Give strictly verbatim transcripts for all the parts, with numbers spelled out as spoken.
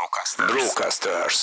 Brocasters. Brocasters.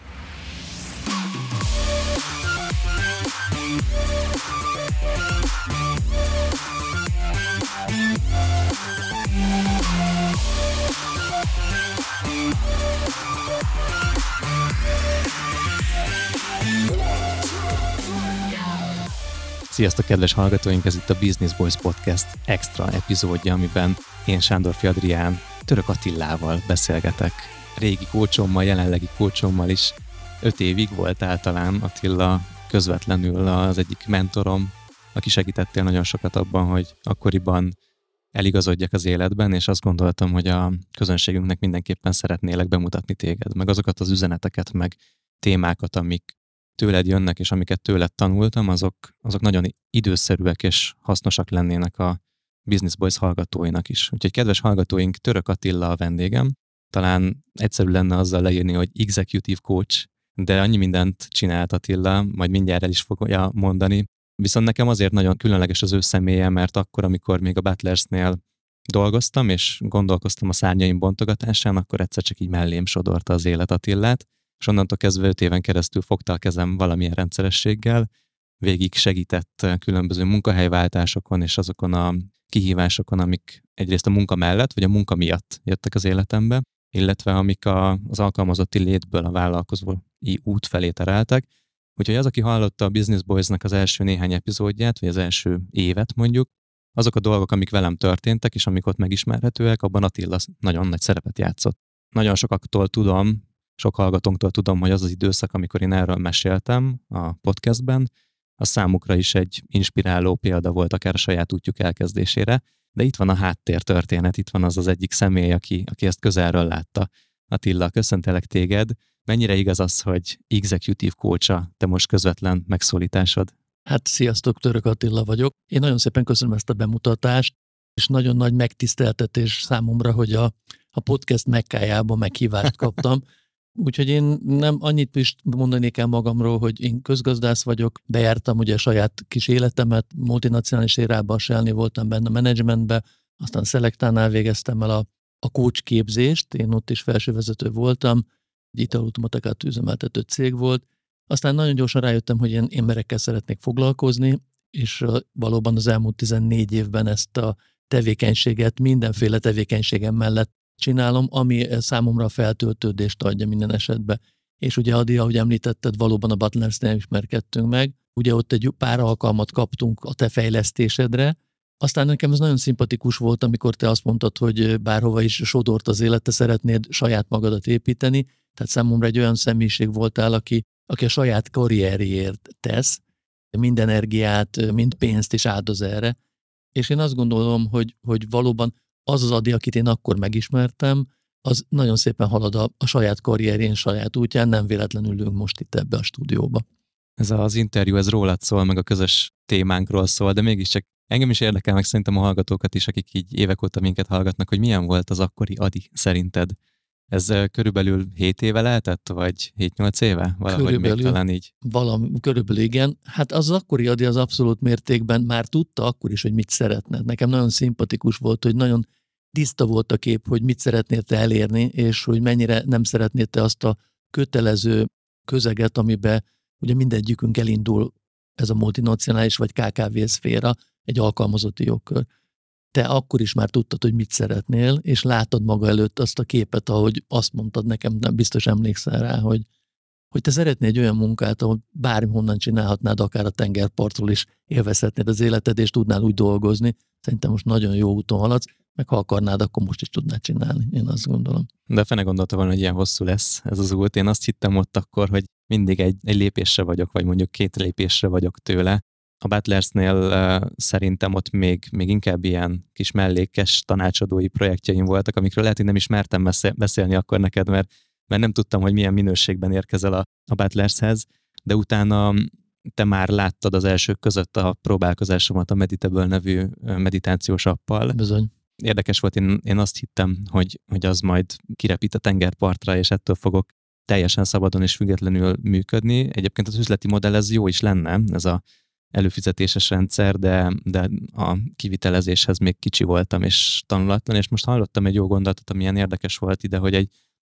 Sziasztok, kedves hallgatóink! Ez itt a Business Boys Podcast extra epizódja, amiben én, Sándorfi Adrián, Török Attilával beszélgetek. Régi kócsommal, jelenlegi kócsommal is. Öt évig volt általán Attila közvetlenül az egyik mentorom, aki segítettél nagyon sokat abban, hogy akkoriban eligazodjak az életben, és azt gondoltam, hogy a közönségünknek mindenképpen szeretnélek bemutatni téged, meg azokat az üzeneteket, meg témákat, amik tőled jönnek, és amiket tőled tanultam, azok, azok nagyon időszerűek és hasznosak lennének a Business Boys hallgatóinak is. Úgyhogy kedves hallgatóink, Török Attila a vendégem. Talán egyszerű lenne azzal leírni, hogy executive coach, de annyi mindent csinált Attila, majd mindjárt el is fogja mondani. Viszont nekem azért nagyon különleges az ő személye, mert akkor, amikor még a Butlersnél dolgoztam, és gondolkoztam a szárnyaim bontogatásán, akkor egyszer csak így mellém sodorta az élet Attilát, és onnantól kezdve öt éven keresztül fogta a kezem valamilyen rendszerességgel, végig segített különböző munkahelyváltásokon és azokon a kihívásokon, amik egyrészt a munka mellett, vagy a munka miatt jöttek az életembe, illetve amik a, az alkalmazotti létből a vállalkozói út felé tereltek. Úgyhogy az, aki hallotta a Business Boys-nak az első néhány epizódját, vagy az első évet mondjuk, azok a dolgok, amik velem történtek, és amik ott megismerhetőek, abban Attila nagyon nagy szerepet játszott. Nagyon sokaktól tudom, sok hallgatónktól tudom, hogy az az időszak, amikor én erről meséltem a podcastben, az számukra is egy inspiráló példa volt akár a saját útjuk elkezdésére, de itt van a háttértörténet, itt van az az egyik személy, aki, aki ezt közelről látta. Attila, köszöntelek téged. Mennyire igaz az, hogy executive coach-a te most közvetlen megszólításod? Hát sziasztok, Török Attila vagyok. Én nagyon szépen köszönöm ezt a bemutatást, és nagyon nagy megtiszteltetés számomra, hogy a, a podcast Mekkájába meghívást kaptam. Úgyhogy én nem annyit is mondanék el magamról, hogy én közgazdász vagyok, bejártam ugye a saját kis életemet, multinacionális érában, a Shell-nél voltam benne a menedzsmentbe, aztán Selectánál végeztem el a, a coach képzést, én ott is felsővezető voltam, egy italautomatakát üzemeltető cég volt, aztán nagyon gyorsan rájöttem, hogy én emberekkel szeretnék foglalkozni, és valóban az elmúlt tizennégy évben ezt a tevékenységet mindenféle tevékenységem mellett csinálom, ami számomra a feltöltődést adja minden esetben. És ugye Adi, ahogy említetted, valóban a Butlersnél ismerkedtünk meg. Ugye ott egy pár alkalmat kaptunk a te fejlesztésedre. Aztán nekem ez nagyon szimpatikus volt, amikor te azt mondtad, hogy bárhova is sodort az élet, te szeretnéd saját magadat építeni. Tehát számomra egy olyan személyiség voltál, aki, aki a saját karrierjéért tesz, mind energiát, mind pénzt is áldoz erre. És én azt gondolom, hogy, hogy valóban az az Adi, akit én akkor megismertem, az nagyon szépen halad a, a saját karrierjén, saját útján, nem véletlenül ülünk most itt ebbe a stúdióba. Ez az interjú, ez rólad szól, meg a közös témánkról szól, de mégiscsak engem is érdekel, meg szerintem a hallgatókat is, akik így évek óta minket hallgatnak, hogy milyen volt az akkori Adi szerinted? Ez körülbelül hét éve lehetett, vagy hét-nyolc éve? Valahogy körülbelül, még talán így. Valami, körülbelül igen. Hát az akkori Adi az abszolút mértékben már tudta akkor is, hogy mit szeretne. Nekem nagyon szimpatikus volt, hogy nagyon tiszta volt a kép, hogy mit szeretnél te elérni, és hogy mennyire nem szeretnél te azt a kötelező közeget, amiben ugye mindegyikünk elindul, ez a multinacionális vagy ká ká vé szféra, egy alkalmazotti jogkör. Te akkor is már tudtad, hogy mit szeretnél, és látod maga előtt azt a képet, ahogy azt mondtad nekem, nem biztos emlékszel rá, hogy, hogy te szeretnél egy olyan munkát, ahol bármihonnan csinálhatnád, akár a tengerpartról is élvezhetnéd az életed, és tudnál úgy dolgozni. Szerintem most nagyon jó úton haladsz, meg ha akarnád, akkor most is tudnád csinálni, én azt gondolom. De fene gondolta volna, hogy ilyen hosszú lesz ez az út. Én azt hittem ott akkor, hogy mindig egy, egy lépésre vagyok, vagy mondjuk két lépésre vagyok tőle. A Butlersnél uh, szerintem ott még, még inkább ilyen kis mellékes tanácsadói projektjeim voltak, amikről lehet, hogy nem is mertem beszélni akkor neked, mert, mert nem tudtam, hogy milyen minőségben érkezel a, a Butlershez, de utána te már láttad az elsők között a próbálkozásomat a Meditable nevű meditációs appal. Bizony. Érdekes volt, én, én azt hittem, hogy, hogy az majd kirepít a tengerpartra, és ettől fogok teljesen szabadon és függetlenül működni. Egyébként az üzleti modell ez jó is lenne, ez a előfizetéses rendszer, de, de a kivitelezéshez még kicsi voltam és tanulatlan, és most hallottam egy jó gondolatot, amilyen érdekes volt ide, hogy egy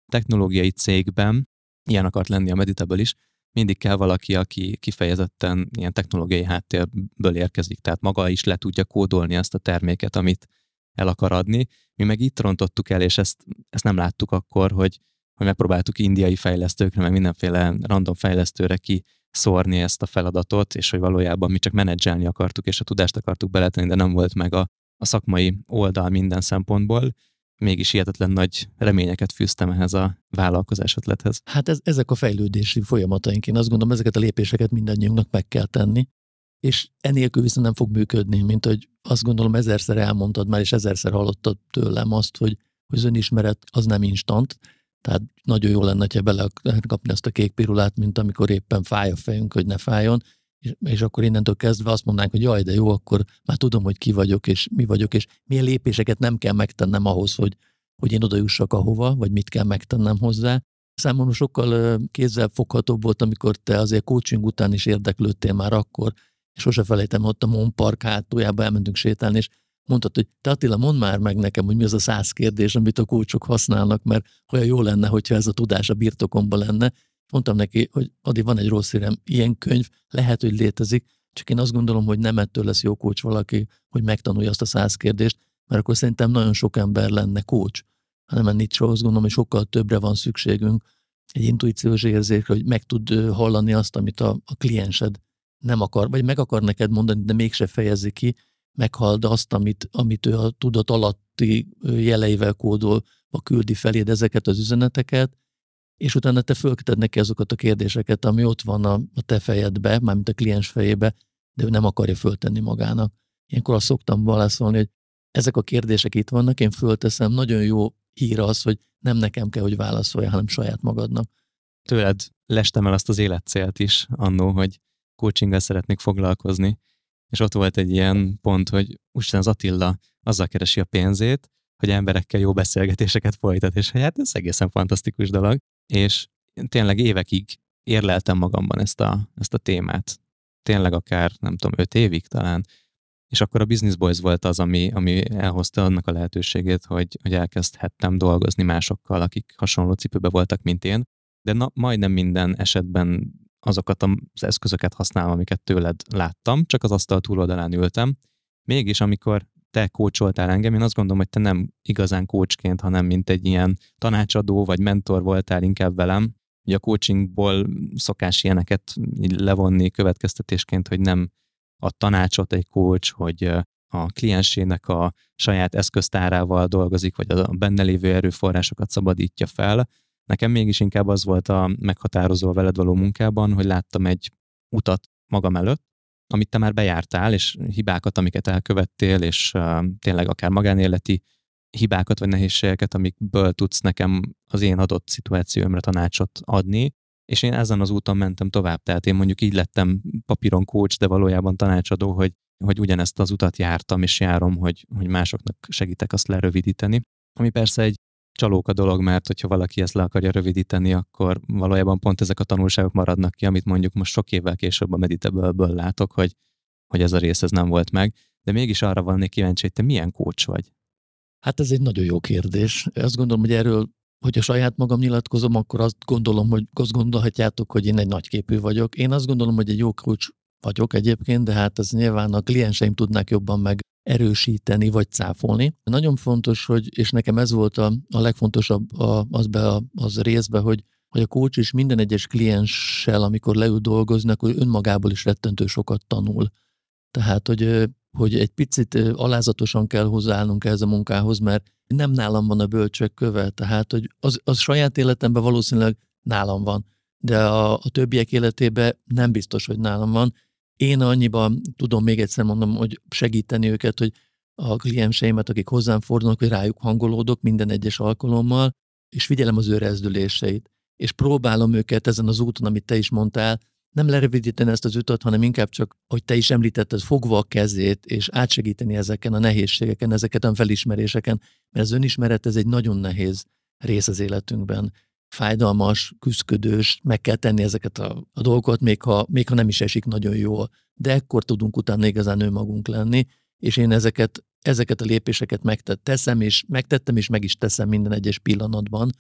technológiai cégben, ilyen akart lenni a Meditable is, mindig kell valaki, aki kifejezetten ilyen technológiai háttérből érkezik, tehát maga is le tudja kódolni azt a terméket, amit el akar adni. Mi meg itt rontottuk el, és ezt, ezt nem láttuk akkor, hogy, hogy megpróbáltuk indiai fejlesztőkre, meg mindenféle random fejlesztőre kiszórni ezt a feladatot, és hogy valójában mi csak menedzselni akartuk, és a tudást akartuk beletenni, de nem volt meg a, a szakmai oldal minden szempontból. Mégis hihetetlen nagy reményeket fűztem ehhez a vállalkozás ötlethez. Hát ez, ezek a fejlődési folyamataink. Én azt gondolom, ezeket a lépéseket mindannyiunknak meg kell tenni, és enélkül viszont nem fog működni, mint hogy azt gondolom ezerszer elmondtad már, és ezerszer hallottad tőlem azt, hogy, hogy az önismeret az nem instant, tehát nagyon jó lenne, ha bele lehet kapni azt a kék pirulát, mint amikor éppen fáj a fejünk, hogy ne fájjon, és, és akkor innentől kezdve azt mondanánk, hogy jaj, de jó, akkor már tudom, hogy ki vagyok, és mi vagyok, és milyen lépéseket nem kell megtennem ahhoz, hogy, hogy én oda jussak ahova, vagy mit kell megtennem hozzá. Számomra sokkal kézzelfoghatóbb volt, amikor te azért coaching után is érdeklődtél már akkor, és sose felejtem, ott a Mon Park hátuljába elmentünk sétálni, és mondtad, hogy te Attila, mondd már meg nekem, hogy mi az a száz kérdés, amit a coachok használnak, mert olyan jó lenne, hogyha ez a tudás a birtokomban lenne. Mondtam neki, hogy Adi, van egy rossz hírem, ilyen könyv lehet, hogy létezik, csak én azt gondolom, hogy nem ettől lesz jó coach valaki, hogy megtanulja azt a száz kérdést, mert akkor szerintem nagyon sok ember lenne coach, hanem ennyit azt gondolom, hogy sokkal többre van szükségünk, egy intuíciós érzékre, hogy meg tud hallani azt, amit a, a kliensed nem akar, vagy meg akar neked mondani, de mégse fejezi ki, meghald azt, amit, amit ő a tudat alatti jeleivel kódolva küldi feléd ezeket az üzeneteket, és utána te fölköted neki azokat a kérdéseket, ami ott van a, a te fejedbe, mármint a kliens fejébe, de ő nem akarja föltenni magának. Ilyenkor azt szoktam válaszolni, hogy ezek a kérdések itt vannak, én fölteszem, nagyon jó hír az, hogy nem nekem kell, hogy válaszolja, hanem saját magadnak. Tőled lestem el azt az életcélt is annó, hogy coachinggal szeretnék foglalkozni, és ott volt egy ilyen pont, hogy úristen az Attila azzal keresi a pénzét, hogy emberekkel jó beszélgetéseket folytat, és hát ez egészen fantasztikus dolog, és tényleg évekig érleltem magamban ezt a, ezt a témát. Tényleg akár, nem tudom, öt évig talán. És akkor a Business Boys volt az, ami, ami elhozta annak a lehetőségét, hogy, hogy elkezdhettem dolgozni másokkal, akik hasonló cipőbe voltak, mint én, de na, majdnem minden esetben azokat az eszközöket használom, amiket tőled láttam, csak az asztal túloldalán ültem. Mégis, amikor te coacholtál engem, én azt gondolom, hogy te nem igazán coachként, hanem mint egy ilyen tanácsadó vagy mentor voltál inkább velem. Ugye a coachingból szokás ilyeneket levonni következtetésként, hogy nem a tanácsot egy coach, hogy a kliensének a saját eszköztárával dolgozik, vagy a benne lévő erőforrásokat szabadítja fel. Nekem mégis inkább az volt a meghatározó veled való munkában, hogy láttam egy utat magam előtt, amit te már bejártál, és hibákat, amiket elkövettél, és uh, tényleg akár magánéleti hibákat vagy nehézségeket, amikből tudsz nekem az én adott szituációmra tanácsot adni, és én ezen az úton mentem tovább. Tehát én mondjuk így lettem papíron coach, de valójában tanácsadó, hogy, hogy ugyanezt az utat jártam, és járom, hogy, hogy másoknak segítek azt lerövidíteni. Ami persze egy csalóka dolog, mert hogyha valaki ezt le akarja rövidíteni, akkor valójában pont ezek a tanulságok maradnak ki, amit mondjuk most sok évvel később a Meditable-ből látok, hogy, hogy ez a rész ez nem volt meg. De mégis arra vannék kíváncsi, hogy te milyen coach vagy? Hát ez egy nagyon jó kérdés. Azt gondolom, hogy erről, hogyha saját magam nyilatkozom, akkor azt gondolom, hogy azt gondolhatjátok, hogy én egy nagyképű vagyok. Én azt gondolom, hogy egy jó coach vagyok egyébként, de hát ez nyilván a klienseim tudnák jobban meg erősíteni vagy cáfolni. Nagyon fontos, hogy, és nekem ez volt a, a legfontosabb a, az, be a, az részbe, hogy, hogy a coach is minden egyes klienssel, amikor leül dolgozni, akkor önmagából is rettentő sokat tanul. Tehát, hogy, hogy egy picit alázatosan kell hozzáállnunk ehhez a munkához, mert nem nálam van a bölcsek köve, tehát hogy az, az saját életemben valószínűleg nálam van, de a, a többiek életében nem biztos, hogy nálam van. Én annyiban tudom még egyszer mondom, hogy segíteni őket, hogy a klienseimet, akik hozzám fordulnak, hogy rájuk hangolódok minden egyes alkalommal, és figyelem az ő rezdüléseit. És próbálom őket ezen az úton, amit te is mondtál, nem lerövidíteni ezt az utat, hanem inkább csak, hogy te is említetted, fogva a kezét, és átsegíteni ezeken a nehézségeken, ezeket a felismeréseken, mert az önismeret ez egy nagyon nehéz rész az életünkben. Fájdalmas, küszködős, meg kell tenni ezeket a, a dolgokat, még ha, még ha nem is esik nagyon jól, de ekkor tudunk utána igazán önmagunk lenni, és én ezeket, ezeket a lépéseket megtett, teszem, és megtettem, és meg is teszem minden egyes pillanatban,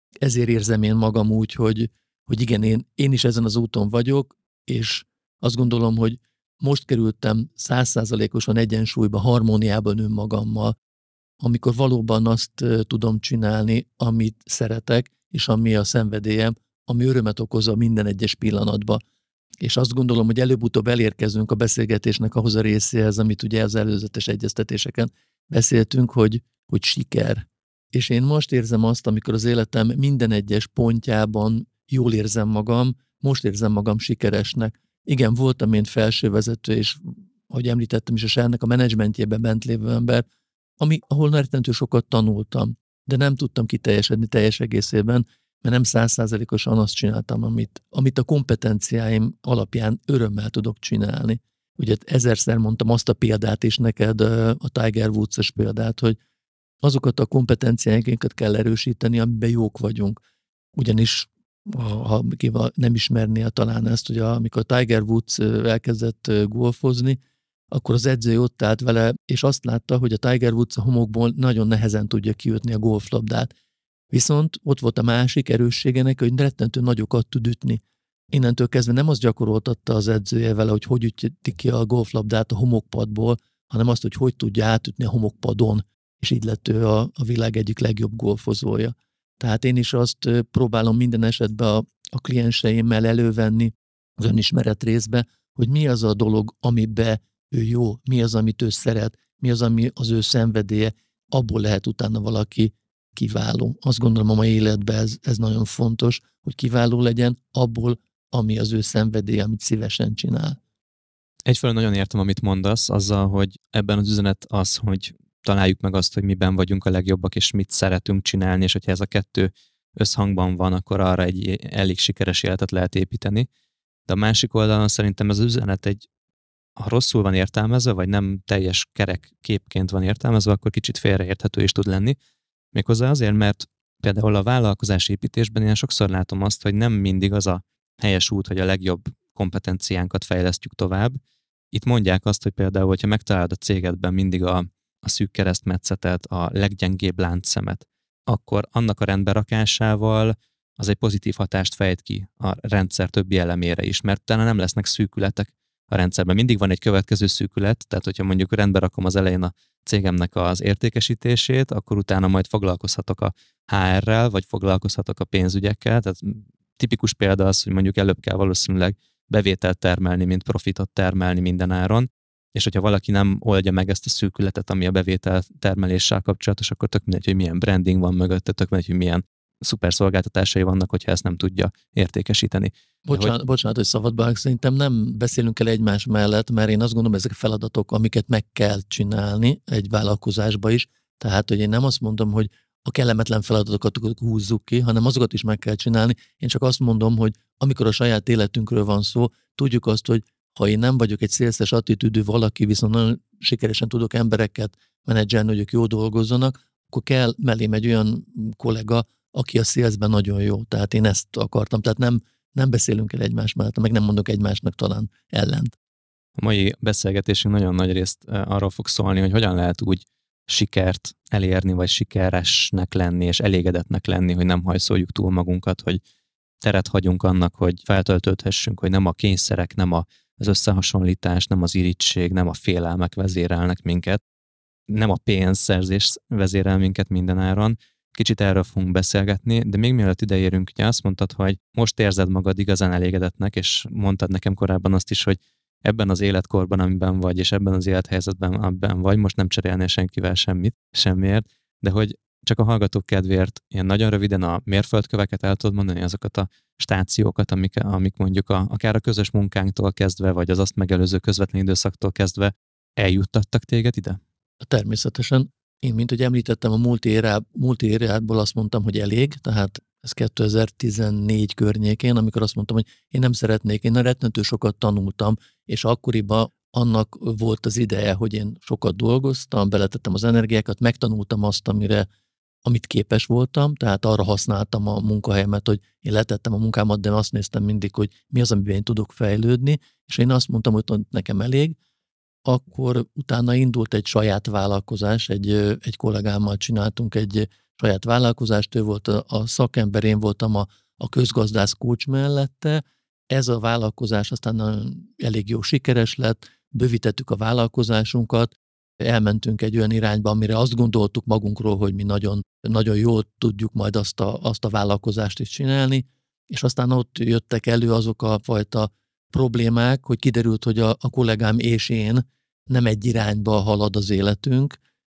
ezért érzem én magam úgy, hogy, hogy igen, én, én is ezen az úton vagyok, és azt gondolom, hogy most kerültem száz százalékosan egyensúlyba, harmóniában önmagammal, amikor valóban azt tudom csinálni, amit szeretek, és ami a szenvedélyem, ami örömet okoz a minden egyes pillanatban. És azt gondolom, hogy előbb-utóbb elérkezünk a beszélgetésnek ahhoz a részéhez, amit ugye az előzetes egyeztetéseken beszéltünk, hogy, hogy siker. És én most érzem azt, amikor az életem minden egyes pontjában jól érzem magam, most érzem magam sikeresnek. Igen, voltam én felsővezető, és ahogy említettem is, a ennek a menedzsmentjében bent lévő ember, ami, ahol rettentő sokat tanultam, de nem tudtam kiteljesedni teljes egészében, mert nem száz százalékosan azt csináltam, amit, amit a kompetenciáim alapján örömmel tudok csinálni. Ugye ezerszer mondtam azt a példát is neked, a Tiger Woods-os példát, hogy azokat a kompetenciáinkat kell erősíteni, amiben jók vagyunk. Ugyanis, ha nem ismernél talán ezt, hogy amikor Tiger Woods elkezdett golfozni, akkor az edző ott állt vele, és azt látta, hogy a Tiger Woods a homokból nagyon nehezen tudja kiütni a golflabdát. Viszont ott volt a másik erősségenek, hogy rettentő nagyokat tud ütni. Innentől kezdve nem azt gyakoroltatta az edzője vele, hogy hogy üti ki a golflabdát a homokpadból, hanem azt, hogy hogy tudja átütni a homokpadon, és így lett ő a, a világ egyik legjobb golfozója. Tehát én is azt próbálom minden esetben a, a klienseimmel elővenni az önismeret részbe, hogy mi az a dolog, amiben ő jó, mi az, amit ő szeret, mi az, ami az ő szenvedélye, abból lehet utána valaki kiváló. Azt gondolom, a mai életben ez, ez nagyon fontos, hogy kiváló legyen abból, ami az ő szenvedélye, amit szívesen csinál. Egyfelől nagyon értem, amit mondasz, azzal, hogy ebben az üzenet az, hogy találjuk meg azt, hogy miben vagyunk a legjobbak, és mit szeretünk csinálni, és hogyha ez a kettő összhangban van, akkor arra egy elég sikeres életet lehet építeni. De a másik oldalon szerintem ez az üzenet egy, ha rosszul van értelmezve, vagy nem teljes kerek képként van értelmezve, akkor kicsit félreérthető is tud lenni. Méghozzá azért, mert például a vállalkozási építésben én sokszor látom azt, hogy nem mindig az a helyes út, hogy a legjobb kompetenciánkat fejlesztjük tovább. Itt mondják azt, hogy például, hogyha megtalálod a cégedben mindig a, a szűk keresztmetszetet, a leggyengébb láncszemet, akkor annak a rendberakásával az egy pozitív hatást fejt ki a rendszer többi elemére is, mert talán nem lesznek szűkületek a rendszerben. Mindig van egy következő szűkület, tehát hogyha mondjuk rendbe rakom az elején a cégemnek az értékesítését, akkor utána majd foglalkozhatok a há er-rel, vagy foglalkozhatok a pénzügyekkel. Tehát tipikus példa az, hogy mondjuk előbb kell valószínűleg bevételt termelni, mint profitot termelni minden áron, és hogyha valaki nem oldja meg ezt a szűkületet, ami a bevétel termeléssel kapcsolatos, akkor tök mindegy, hogy milyen branding van mögötte, tök mindegy, hogy milyen szuper szolgáltatásai vannak, hogyha ezt nem tudja értékesíteni. Bocsánat, hogy... bocsánat, hogy szabadba, szerintem nem beszélünk el egymás mellett, mert én azt gondolom, ezek a feladatok, amiket meg kell csinálni egy vállalkozásba is, tehát, hogy én nem azt mondom, hogy a kellemetlen feladatokat húzzuk ki, hanem azokat is meg kell csinálni. Én csak azt mondom, hogy amikor a saját életünkről van szó, tudjuk azt, hogy ha én nem vagyok egy szélszes attitűdű valaki, viszont nagyon sikeresen tudok embereket menedzselni, hogy ők jól dolgozzanak, akkor kell mellém egy olyan kollega, aki a salesben nagyon jó. Tehát én ezt akartam. Tehát nem, nem beszélünk el egymás mellett, meg nem mondok egymásnak talán ellent. A mai beszélgetésünk nagyon nagy részt arról fog szólni, hogy hogyan lehet úgy sikert elérni, vagy sikeresnek lenni, és elégedetnek lenni, hogy nem hajszoljuk túl magunkat, hogy teret hagyunk annak, hogy feltöltődhessünk, hogy nem a kényszerek, nem a, az összehasonlítás, nem az irigység, nem a félelmek vezérelnek minket, nem a pénzszerzés vezérel minket mindenáron. Kicsit erről fogunk beszélgetni, de még mielőtt ideérünk, ugye azt mondtad, hogy most érzed magad igazán elégedetnek, és mondtad nekem korábban azt is, hogy ebben az életkorban, amiben vagy, és ebben az élethelyzetben, amiben vagy, most nem cserélnél senkivel semmit, semmiért, de hogy csak a hallgatók kedvéért ilyen nagyon röviden a mérföldköveket el tudod mondani, azokat a stációkat, amik, amik mondjuk a, akár a közös munkánktól kezdve, vagy az azt megelőző közvetlen időszaktól kezdve eljuttattak téged ide? Természetesen. Én, mint hogy említettem, a multi, érá, multi érából azt mondtam, hogy elég, tehát ez kétezer-tizennégy környékén, amikor azt mondtam, hogy én nem szeretnék, én rettentő sokat tanultam, és akkoriban annak volt az ideje, hogy én sokat dolgoztam, beletettem az energiákat, megtanultam azt, amire, amit képes voltam, tehát arra használtam a munkahelyemet, hogy én letettem a munkámat, de azt néztem mindig, hogy mi az, amiben én tudok fejlődni, és én azt mondtam, hogy nekem elég. Akkor utána indult egy saját vállalkozás, egy, egy kollégámmal csináltunk egy saját vállalkozást, ő volt a, a szakember, én voltam a, a közgazdász coach mellette. Ez a vállalkozás aztán elég jó sikeres lett, bővítettük a vállalkozásunkat, elmentünk egy olyan irányba, amire azt gondoltuk magunkról, hogy mi nagyon, nagyon jól tudjuk majd azt a, azt a vállalkozást is csinálni, és aztán ott jöttek elő azok a fajta problémák, hogy kiderült, hogy a, a kollégám és én nem egy irányba halad az életünk,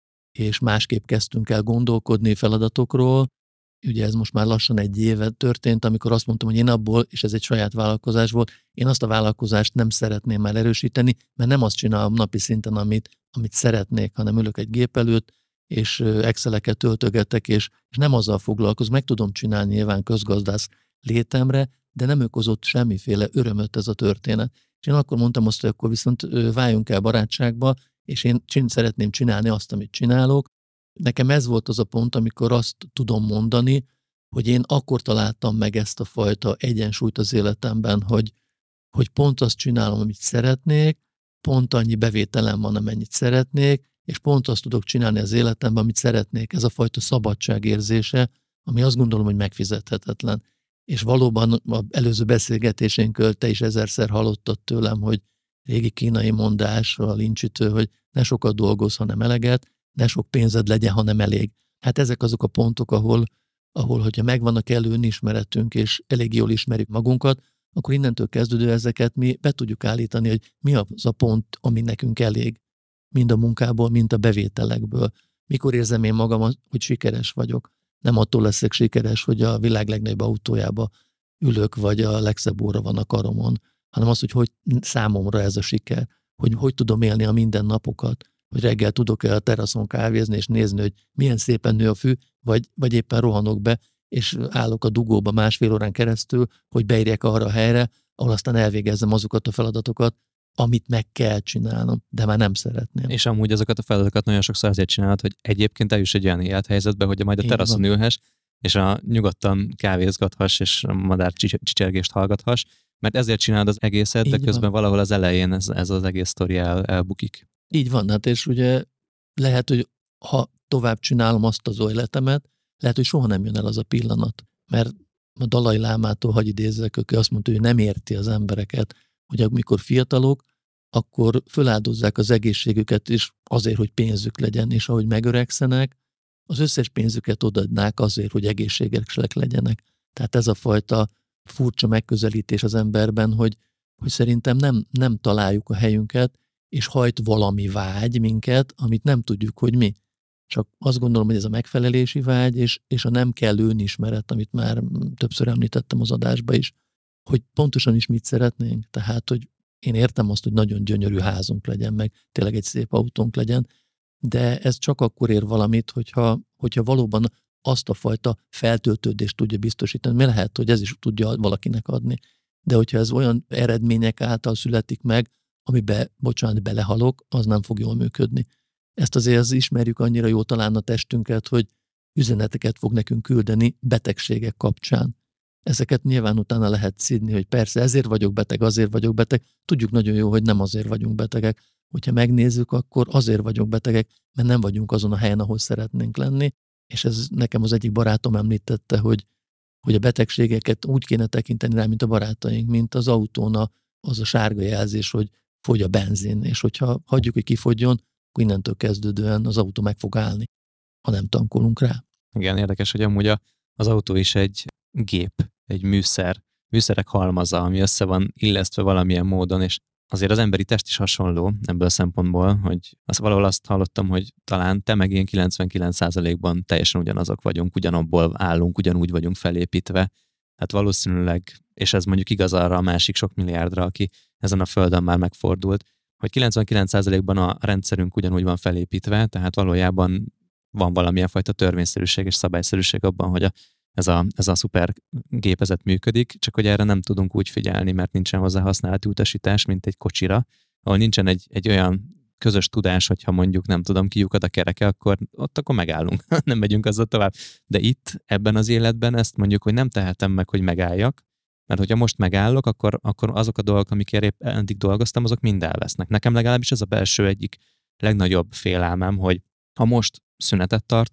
és másképp kezdtünk el gondolkodni feladatokról. Ugye ez most már lassan egy éve történt, amikor azt mondtam, hogy én abból, és ez egy saját vállalkozás volt, én azt a vállalkozást nem szeretném már erősíteni, mert nem azt csinálom napi szinten, amit, amit szeretnék, hanem ülök egy gép előtt, és Exceleket töltögetek, és, és nem azzal foglalkozom, meg tudom csinálni nyilván közgazdász létemre, de nem okozott semmiféle örömöt ez a történet. És én akkor mondtam azt, hogy akkor viszont váljunk el barátságba, és én csin- szeretném csinálni azt, amit csinálok. Nekem ez volt az a pont, amikor azt tudom mondani, hogy én akkor találtam meg ezt a fajta egyensúlyt az életemben, hogy, hogy pont azt csinálom, amit szeretnék, pont annyi bevételem van, amennyit szeretnék, és pont azt tudok csinálni az életemben, amit szeretnék. Ez a fajta szabadságérzése, ami azt gondolom, hogy megfizethetetlen. És valóban az előző beszélgetésénkől te is ezerszer hallottad tőlem, hogy régi kínai mondás, a lincsütő, hogy ne sokat dolgozz, hanem eleget, ne sok pénzed legyen, hanem elég. Hát ezek azok a pontok, ahol, ahol hogyha megvan a kellő önismeretünk, és elég jól ismerjük magunkat, akkor innentől kezdődő ezeket mi be tudjuk állítani, hogy mi az a pont, ami nekünk elég, mind a munkából, mind a bevételekből. Mikor érzem én magam, hogy sikeres vagyok. Nem attól leszek sikeres, hogy a világ legnagyobb autójába ülök, vagy a legszebb óra van a karomon, hanem az, hogy hogy számomra ez a siker, hogy hogy tudom élni a mindennapokat, hogy reggel tudok-e a teraszon kávézni, és nézni, hogy milyen szépen nő a fű, vagy, vagy éppen rohanok be, és állok a dugóba másfél órán keresztül, hogy beérjek arra a helyre, ahol aztán elvégezzem azokat a feladatokat, amit meg kell csinálnom, de már nem szeretném. És amúgy azokat a feladatokat nagyon sokszor azért csinálod, hogy egyébként eljuss egy olyan élethelyzetbe, hogy majd a teraszon ülhess, és a nyugodtan kávézgathass, és a madár csicsergést hallgathass, mert ezért csinálod az egészet, de közben van. Valahol az elején ez, ez az egész sztori el, elbukik. Így van, hát és ugye lehet, hogy ha tovább csinálom azt az életemet, lehet, hogy soha nem jön el az a pillanat, mert a Dalai Lámától hagy idézzek, aki azt mondta, hogy nem érti az embereket, hogy amikor fiatalok, akkor föláldozzák az egészségüket is azért, hogy pénzük legyen, és ahogy megöregszenek, az összes pénzüket odaadnák azért, hogy egészségesek legyenek. Tehát ez a fajta furcsa megközelítés az emberben, hogy, hogy szerintem nem, nem találjuk a helyünket, és hajt valami vágy minket, amit nem tudjuk, hogy mi. Csak azt gondolom, hogy ez a megfelelési vágy, és, és a nem kellő önismeret, amit már többször említettem az adásba is, hogy pontosan is mit szeretnénk. Tehát, hogy én értem azt, hogy nagyon gyönyörű házunk legyen, meg tényleg egy szép autónk legyen, de ez csak akkor ér valamit, hogyha, hogyha valóban azt a fajta feltöltődést tudja biztosítani. Mi lehet, hogy ez is tudja valakinek adni. De hogyha ez olyan eredmények által születik meg, amiben, bocsánat, belehalok, az nem fog jól működni. Ezt azért ismerjük annyira jól talán a testünket, hogy üzeneteket fog nekünk küldeni betegségek kapcsán. Ezeket nyilván utána lehet szidni, hogy persze ezért vagyok beteg, azért vagyok beteg. Tudjuk nagyon jó, hogy nem azért vagyunk betegek. Hogyha megnézzük, akkor azért vagyunk betegek, mert nem vagyunk azon a helyen, ahol szeretnénk lenni. És ez nekem az egyik barátom említette, hogy, hogy a betegségeket úgy kéne tekinteni rá, mint a barátaink, mint az autón az a sárga jelzés, hogy fogy a benzin, és hogyha hagyjuk, hogy kifogjon, akkor innentől kezdődően az autó meg fog állni, ha nem tankolunk rá. Igen, érdekes, hogy amúgy a, az autó is egy gép, egy műszer, műszerek halmaza, ami össze van illesztve valamilyen módon, és azért az emberi test is hasonló ebből a szempontból, hogy azt valahol azt hallottam, hogy talán te meg én kilencvenkilenc százalékban teljesen ugyanazok vagyunk, ugyanabból állunk, ugyanúgy vagyunk felépítve. Hát valószínűleg, és ez mondjuk igaz arra a másik sok milliárdra, aki ezen a földön már megfordult, hogy kilencvenkilenc százalékban a rendszerünk ugyanúgy van felépítve, tehát valójában van valamilyen fajta törvényszerűség és szabályszerűség abban, hogy a, ez, a, ez a szuper gépezet működik, csak hogy erre nem tudunk úgy figyelni, mert nincsen hozzá használati utasítás, mint egy kocsira, ahol nincsen egy, egy olyan közös tudás, hogyha mondjuk nem tudom, kiukad a kereke, akkor ott akkor megállunk, nem megyünk azzal tovább. De itt, ebben az életben ezt mondjuk, hogy nem tehetem meg, hogy megálljak, mert hogyha most megállok, akkor, akkor azok a dolgok, amikért épp eddig dolgoztam, azok mind elvesznek. Nekem legalábbis ez a belső egyik legnagyobb félelmem, hogy ha most szünetet tartok,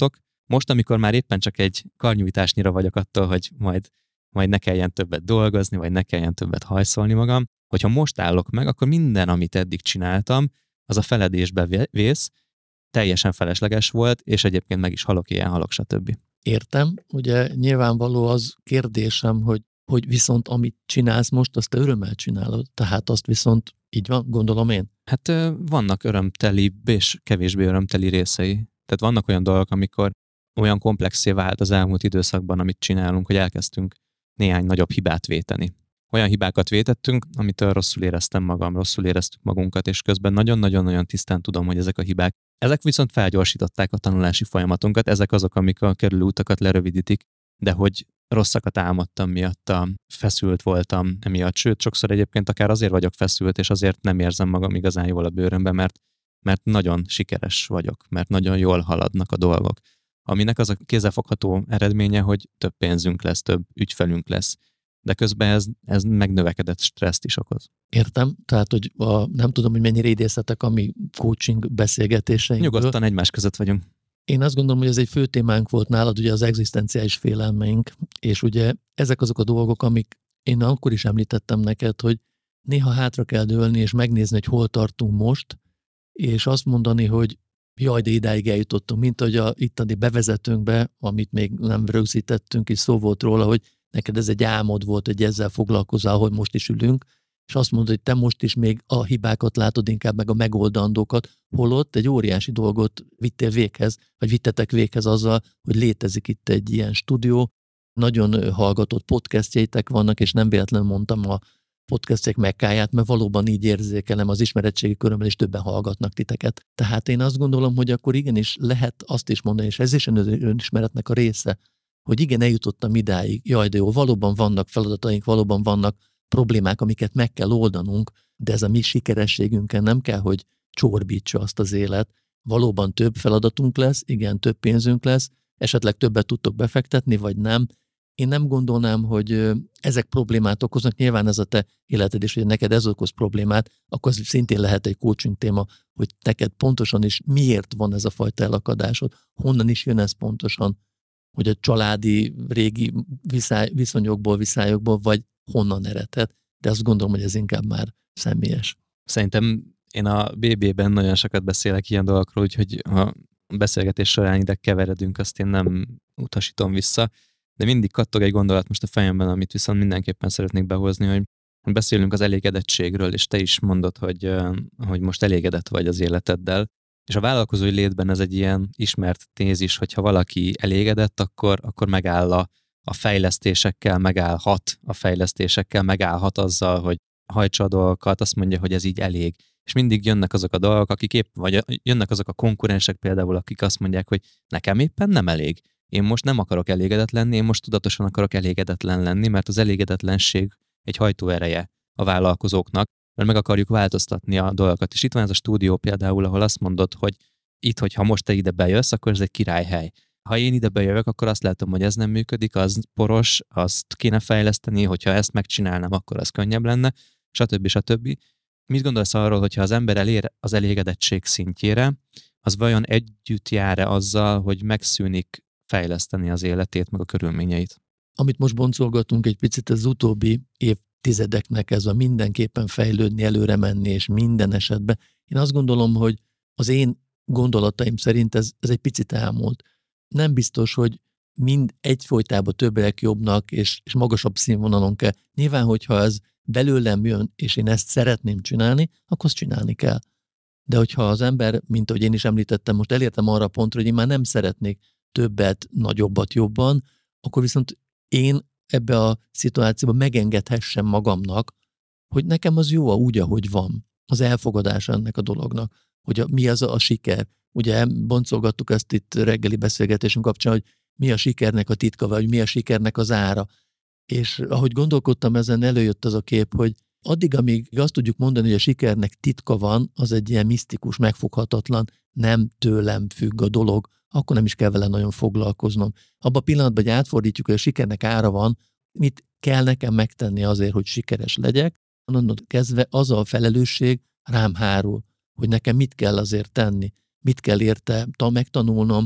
Most, amikor már éppen csak egy karnyújtásnyira vagyok attól, hogy majd, majd ne kelljen többet dolgozni, vagy ne kelljen többet hajszolni magam, hogyha most állok meg, akkor minden, amit eddig csináltam, az a feledésbe vész, teljesen felesleges volt, és egyébként meg is halok, ilyen halok, stb. Értem, ugye nyilvánvaló az kérdésem, hogy, hogy viszont amit csinálsz most, azt te örömmel csinálod, tehát azt viszont így van, gondolom én. Hát vannak örömteli és kevésbé örömteli részei. Tehát vannak olyan dolgok, amikor olyan komplexé vált az elmúlt időszakban, amit csinálunk, hogy elkezdtünk néhány nagyobb hibát véteni. Olyan hibákat vétettünk, amitől rosszul éreztem magam, rosszul éreztük magunkat, és közben nagyon-nagyon-nagyon tisztán tudom, hogy ezek a hibák. Ezek viszont felgyorsították a tanulási folyamatunkat, ezek azok, amik a kerülő utakat lerövidítik, de hogy rosszakat álmodtam miatta, feszült voltam emiatt, sőt, sokszor egyébként akár azért vagyok feszült, és azért nem érzem magam igazán jól a bőrömben, mert, mert nagyon sikeres vagyok, mert nagyon jól haladnak a dolgok. Aminek az a kézzelfogható eredménye, hogy több pénzünk lesz, több ügyfelünk lesz, de közben ez, ez megnövekedett stresszt is okoz. Értem, tehát, hogy a, nem tudom, hogy mennyire idézhetek a mi coaching beszélgetéseinkből. Nyugodtan egymás között vagyunk. Én azt gondolom, hogy ez egy fő témánk volt nálad, ugye az egzisztenciális félelmeink, és ugye ezek azok a dolgok, amik én akkor is említettem neked, hogy néha hátra kell dőlni, és megnézni, hogy hol tartunk most, és azt mondani, hogy jaj, de idáig eljutottunk, mint hogy a itteni bevezetőnkbe, amit még nem rögzítettünk, és szó volt róla, hogy neked ez egy álmod volt, hogy ezzel foglalkozál, hogy most is ülünk, és azt mondod, hogy te most is még a hibákat látod, inkább meg a megoldandókat, holott egy óriási dolgot vittél véghez, vagy vittetek véghez azzal, hogy létezik itt egy ilyen stúdió, nagyon hallgatott podcastjeitek vannak, és nem véletlenül mondtam a podcastek mekkáját, mert valóban így érzékelem az ismeretségi körömmel, és többen hallgatnak titeket. Tehát én azt gondolom, hogy akkor igenis lehet azt is mondani, és ez is önismeretnek a része, hogy igen, eljutottam idáig, jaj, de jó, valóban vannak feladataink, valóban vannak problémák, amiket meg kell oldanunk, de ez a mi sikerességünkön nem kell, hogy csorbítsa azt az élet. Valóban több feladatunk lesz, igen, több pénzünk lesz, esetleg többet tudtok befektetni, vagy nem. Én nem gondolnám, hogy ezek problémát okoznak. Nyilván ez a te életed is, hogy neked ez okoz problémát, akkor ez szintén lehet egy coaching téma, hogy neked pontosan is miért van ez a fajta elakadásod, honnan is jön ez pontosan, hogy a családi régi viszály, viszonyokból, viszályokból, vagy honnan eredhet, de azt gondolom, hogy ez inkább már személyes. Szerintem én a bé bé-ben nagyon sokat beszélek ilyen dolgokról, úgyhogy ha beszélgetés során ide keveredünk, azt én nem utasítom vissza, de mindig kattog egy gondolat most a fejemben, amit viszont mindenképpen szeretnék behozni, hogy beszélünk az elégedettségről, és te is mondod, hogy, hogy most elégedett vagy az életeddel, és a vállalkozói létben ez egy ilyen ismert tézis, hogy ha valaki elégedett, akkor, akkor megáll a, a fejlesztésekkel, megállhat a fejlesztésekkel, megállhat azzal, hogy hajtsa a dolgokat, azt mondja, hogy ez így elég. És mindig jönnek azok a dolgok, akik épp, vagy jönnek azok a konkurensek például, akik azt mondják, hogy nekem éppen nem elég. Én most nem akarok elégedett lenni, én most tudatosan akarok elégedetlen lenni, mert az elégedetlenség egy hajtóereje a vállalkozóknak, mert meg akarjuk változtatni a dolgokat. És itt van ez a stúdió például, ahol azt mondod, hogy itt, hogyha most te ide bejössz, akkor ez egy királyhely. Ha én ide bejövök, akkor azt látom, hogy ez nem működik, az poros, azt kéne fejleszteni, hogyha ezt megcsinálnám, akkor az könnyebb lenne, stb. stb. Mit gondolsz arról, hogyha az ember elér az elégedettség szintjére, az vajon együtt jár-e azzal, hogy megszűnik fejleszteni az életét, meg a körülményeit? Amit most boncolgatunk egy picit, az utóbbi évtizedeknek ez a mindenképpen fejlődni, előre menni, és minden esetben. Én azt gondolom, hogy az én gondolataim szerint ez, ez egy picit elmúlt. Nem biztos, hogy mind egyfolytában többek jobbnak, és, és magasabb színvonalon kell. Nyilván, hogyha ez belőlem jön, és én ezt szeretném csinálni, akkor azt csinálni kell. De hogyha az ember, mint ahogy én is említettem, most elértem arra a pontra, hogy én már nem szeretnék többet, nagyobbat, jobban, akkor viszont én ebbe a szituációban megengedhessem magamnak, hogy nekem az jó úgy, ahogy van. Az elfogadás ennek a dolognak, hogy a, mi az a, a siker. Ugye boncolgattuk ezt itt reggeli beszélgetésünk kapcsán, hogy mi a sikernek a titka, vagy mi a sikernek az ára. És ahogy gondolkodtam ezen, előjött az a kép, hogy addig, amíg azt tudjuk mondani, hogy a sikernek titka van, az egy ilyen misztikus, megfoghatatlan, nem tőlem függ a dolog, akkor nem is kell vele nagyon foglalkoznom. Abban a pillanatban, hogy átfordítjuk, hogy a sikernek ára van, mit kell nekem megtenni azért, hogy sikeres legyek, onnan kezdve az a felelősség rám hárul, hogy nekem mit kell azért tenni, mit kell érte megtanulnom,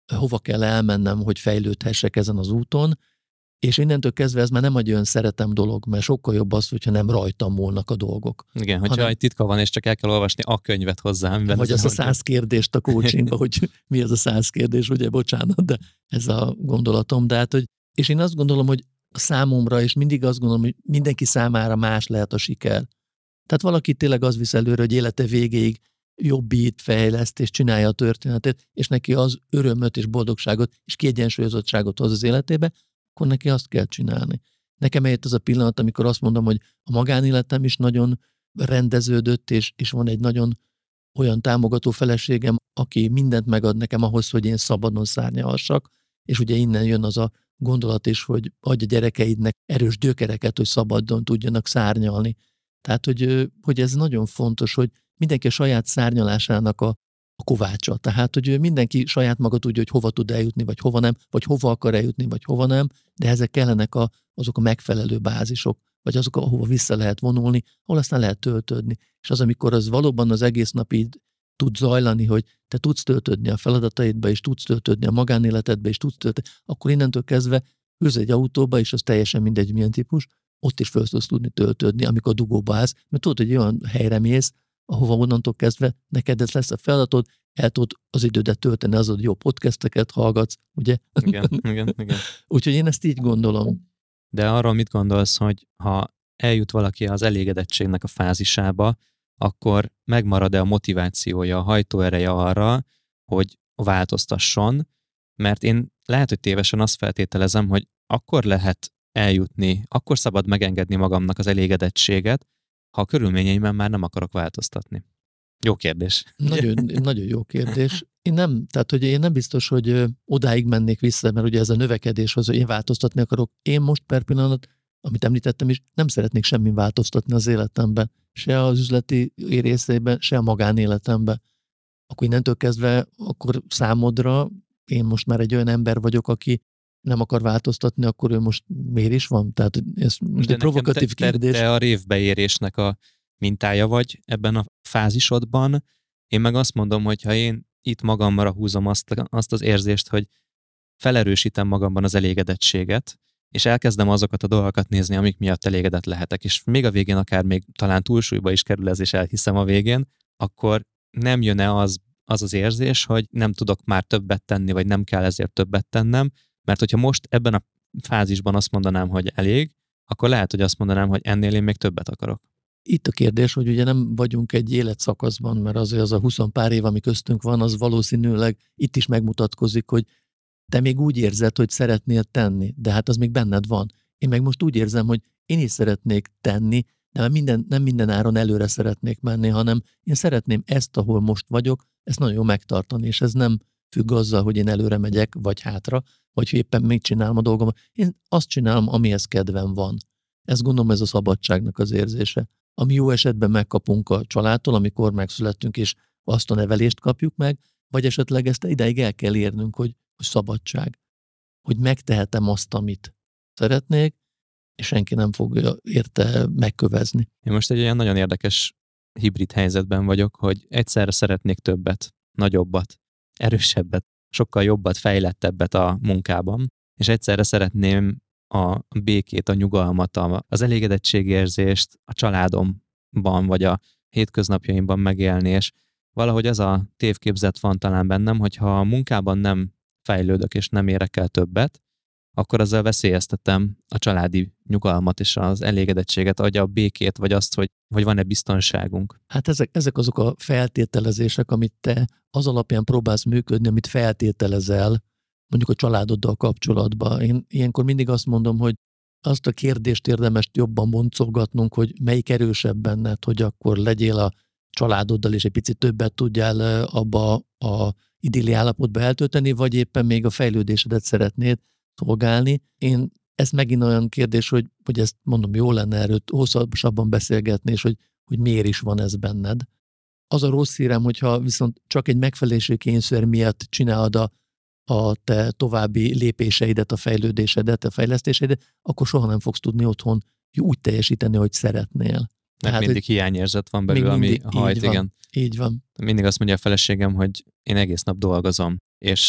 hova kell elmennem, hogy fejlődhessek ezen az úton, és innentől kezdve ez már nem egy olyan szeretem dolog, mert sokkal jobb az, hogyha nem rajtam múlnak a dolgok. Igen, hogyha hanem, egy titka van, és csak el kell olvasni a könyvet hozzá. Vagy az a száz kérdést a coachingba, hogy mi az a száz kérdés, ugye, bocsánat, de ez a gondolatom. De hát, hogy, és én azt gondolom, hogy számomra, és mindig azt gondolom, hogy mindenki számára más lehet a siker. Tehát valaki tényleg az visz előre, hogy élete végéig jobbít, fejleszt, és csinálja a történetet, és neki az örömöt és boldogságot, és kiegyensúlyozottságot hoz az életébe, akkor neki azt kell csinálni. Nekem eljött az a pillanat, amikor azt mondom, hogy a magánéletem is nagyon rendeződött, és, és van egy nagyon olyan támogató feleségem, aki mindent megad nekem ahhoz, hogy én szabadon szárnyalhassak, és ugye innen jön az a gondolat is, hogy adj a gyerekeidnek erős gyökereket, hogy szabadon tudjanak szárnyalni. Tehát, hogy, hogy ez nagyon fontos, hogy mindenki a saját szárnyalásának a, a kovácsa. Tehát, hogy mindenki saját maga tudja, hogy hova tud eljutni, vagy hova nem, vagy hova akar eljutni, vagy hova nem, de ezek kellenek a, azok a megfelelő bázisok, vagy azok, ahova vissza lehet vonulni, ahol aztán lehet töltődni. És az, amikor az valóban az egész nap így tud zajlani, hogy te tudsz töltődni a feladataidba, és tudsz töltődni a magánéletedbe, és tudsz töltődni, akkor innentől kezdve ülsz egy autóba, és az teljesen mindegy, milyen típus, ott is föl tudsz tudni töltődni, amikor dugóba állsz, mert tudod, hogy olyan helyre mész, ahova onnantól kezdve neked ez lesz a feladatod, el tudod az idődet tölteni, azod jó podcasteket hallgatsz, ugye? Igen, igen, igen. Úgyhogy én ezt így gondolom. De arról mit gondolsz, hogy ha eljut valaki az elégedettségnek a fázisába, akkor megmarad-e a motivációja, a hajtóereje arra, hogy változtasson, mert én lehet, hogy tévesen azt feltételezem, hogy akkor lehet eljutni, akkor szabad megengedni magamnak az elégedettséget, ha a körülményeimben már nem akarok változtatni. Jó kérdés. Nagyon, nagyon jó kérdés. Én nem, tehát hogy én nem biztos, hogy odáig mennék vissza, mert ugye ez a növekedés, hogy én változtatni akarok. Én most per pillanat, amit említettem is, nem szeretnék semmin változtatni az életemben. Se az üzleti részében, se a magánéletemben. Akkor innentől kezdve, akkor számodra én most már egy olyan ember vagyok, aki nem akar változtatni, akkor ő most miért is van? Tehát ez most egy provokatív te, kérdés. Te a révbeérésnek a mintája vagy ebben a fázisodban. Én meg azt mondom, hogy ha én itt magamra húzom azt, azt az érzést, hogy felerősítem magamban az elégedettséget, és elkezdem azokat a dolgokat nézni, amik miatt elégedett lehetek, és még a végén akár még talán túlsúlyba is kerül ez, és elhiszem a végén, akkor nem jön-e az, az az érzés, hogy nem tudok már többet tenni, vagy nem kell ezért többet tennem, mert hogyha most ebben a fázisban azt mondanám, hogy elég, akkor lehet, hogy azt mondanám, hogy ennél én még többet akarok. Itt a kérdés, hogy ugye nem vagyunk egy életszakaszban, mert azért az a húsz pár év, ami köztünk van, az valószínűleg itt is megmutatkozik, hogy te még úgy érzed, hogy szeretnél tenni, de hát az még benned van. Én meg most úgy érzem, hogy én is szeretnék tenni, de minden, nem minden áron előre szeretnék menni, hanem én szeretném ezt, ahol most vagyok, ezt nagyon jól megtartani, és ez nem függ azzal, hogy én előre megyek, vagy hátra, vagy hogy éppen még csinálom a dolgomat. Én azt csinálom, amihez kedvem van. Ezt gondolom, ez a szabadságnak az érzése. Ami jó esetben megkapunk a családtól, amikor megszülettünk, és azt a nevelést kapjuk meg, vagy esetleg ezt ideig el kell érnünk, hogy, hogy szabadság. Hogy megtehetem azt, amit szeretnék, és senki nem fogja érte megkövezni. Én most egy olyan nagyon érdekes hibrid helyzetben vagyok, hogy egyszerre szeretnék többet, nagyobbat, erősebbet, sokkal jobbat, fejlettebbet a munkában, és egyszerre szeretném a békét, a nyugalmat, az elégedettségérzést a családomban, vagy a hétköznapjaimban megélni, és valahogy az a tévképzet van talán bennem, hogyha a munkában nem fejlődök, és nem érek el többet, akkor azzal veszélyeztetem a családi nyugalmat és az elégedettséget, vagy a békét, vagy azt, hogy, hogy van-e biztonságunk. Hát ezek, ezek azok a feltételezések, amit te az alapján próbálsz működni, amit feltételezel, mondjuk a családoddal kapcsolatban. Én ilyenkor mindig azt mondom, hogy azt a kérdést érdemes jobban boncolgatnunk, hogy melyik erősebb benned, hogy akkor legyél a családoddal, és egy picit többet tudjál abba a idilli állapotba eltölteni, vagy éppen még a fejlődésedet szeretnéd szolgálni. Én ez megint olyan kérdés, hogy, hogy ezt mondom, jó lenne erről hosszabban beszélgetni, és hogy, hogy miért is van ez benned. Az a rossz hírem, hogyha viszont csak egy megfelelési kényszer miatt csinálod a, a te további lépéseidet, a fejlődésedet, a fejlesztéseidet, akkor soha nem fogsz tudni otthon úgy teljesíteni, hogy szeretnél. Mert Tehát, mindig hiányérzet van belül, ami hajt, így van, igen. Így van. Mindig azt mondja a feleségem, hogy én egész nap dolgozom, és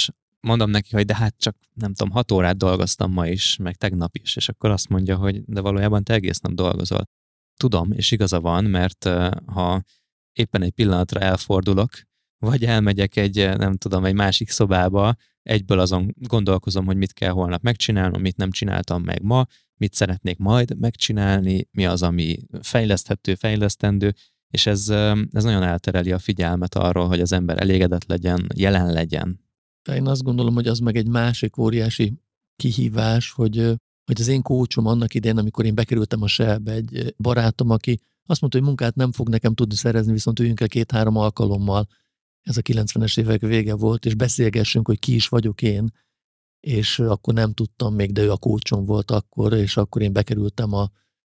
mondom neki, hogy de hát csak nem tudom, hat órát dolgoztam ma is, meg tegnap is, és akkor azt mondja, hogy de valójában te egész nap dolgozol. Tudom, és igaza van, mert ha éppen egy pillanatra elfordulok, vagy elmegyek egy, nem tudom, egy másik szobába, egyből azon gondolkozom, hogy mit kell holnap megcsinálnom, mit nem csináltam meg ma, mit szeretnék majd megcsinálni, mi az, ami fejleszthető, fejlesztendő, és ez, ez nagyon eltereli a figyelmet arról, hogy az ember elégedett legyen, jelen legyen. Én azt gondolom, hogy az meg egy másik óriási kihívás, hogy, hogy az én kócsom annak idején, amikor én bekerültem a Shell-be, egy barátom, aki azt mondta, hogy munkát nem fog nekem tudni szerezni, viszont üljünk el két-három alkalommal, ez a kilencvenes évek vége volt, és beszélgessünk, hogy ki is vagyok én, és akkor nem tudtam még, de ő a kócsom volt akkor, és akkor én bekerültem a,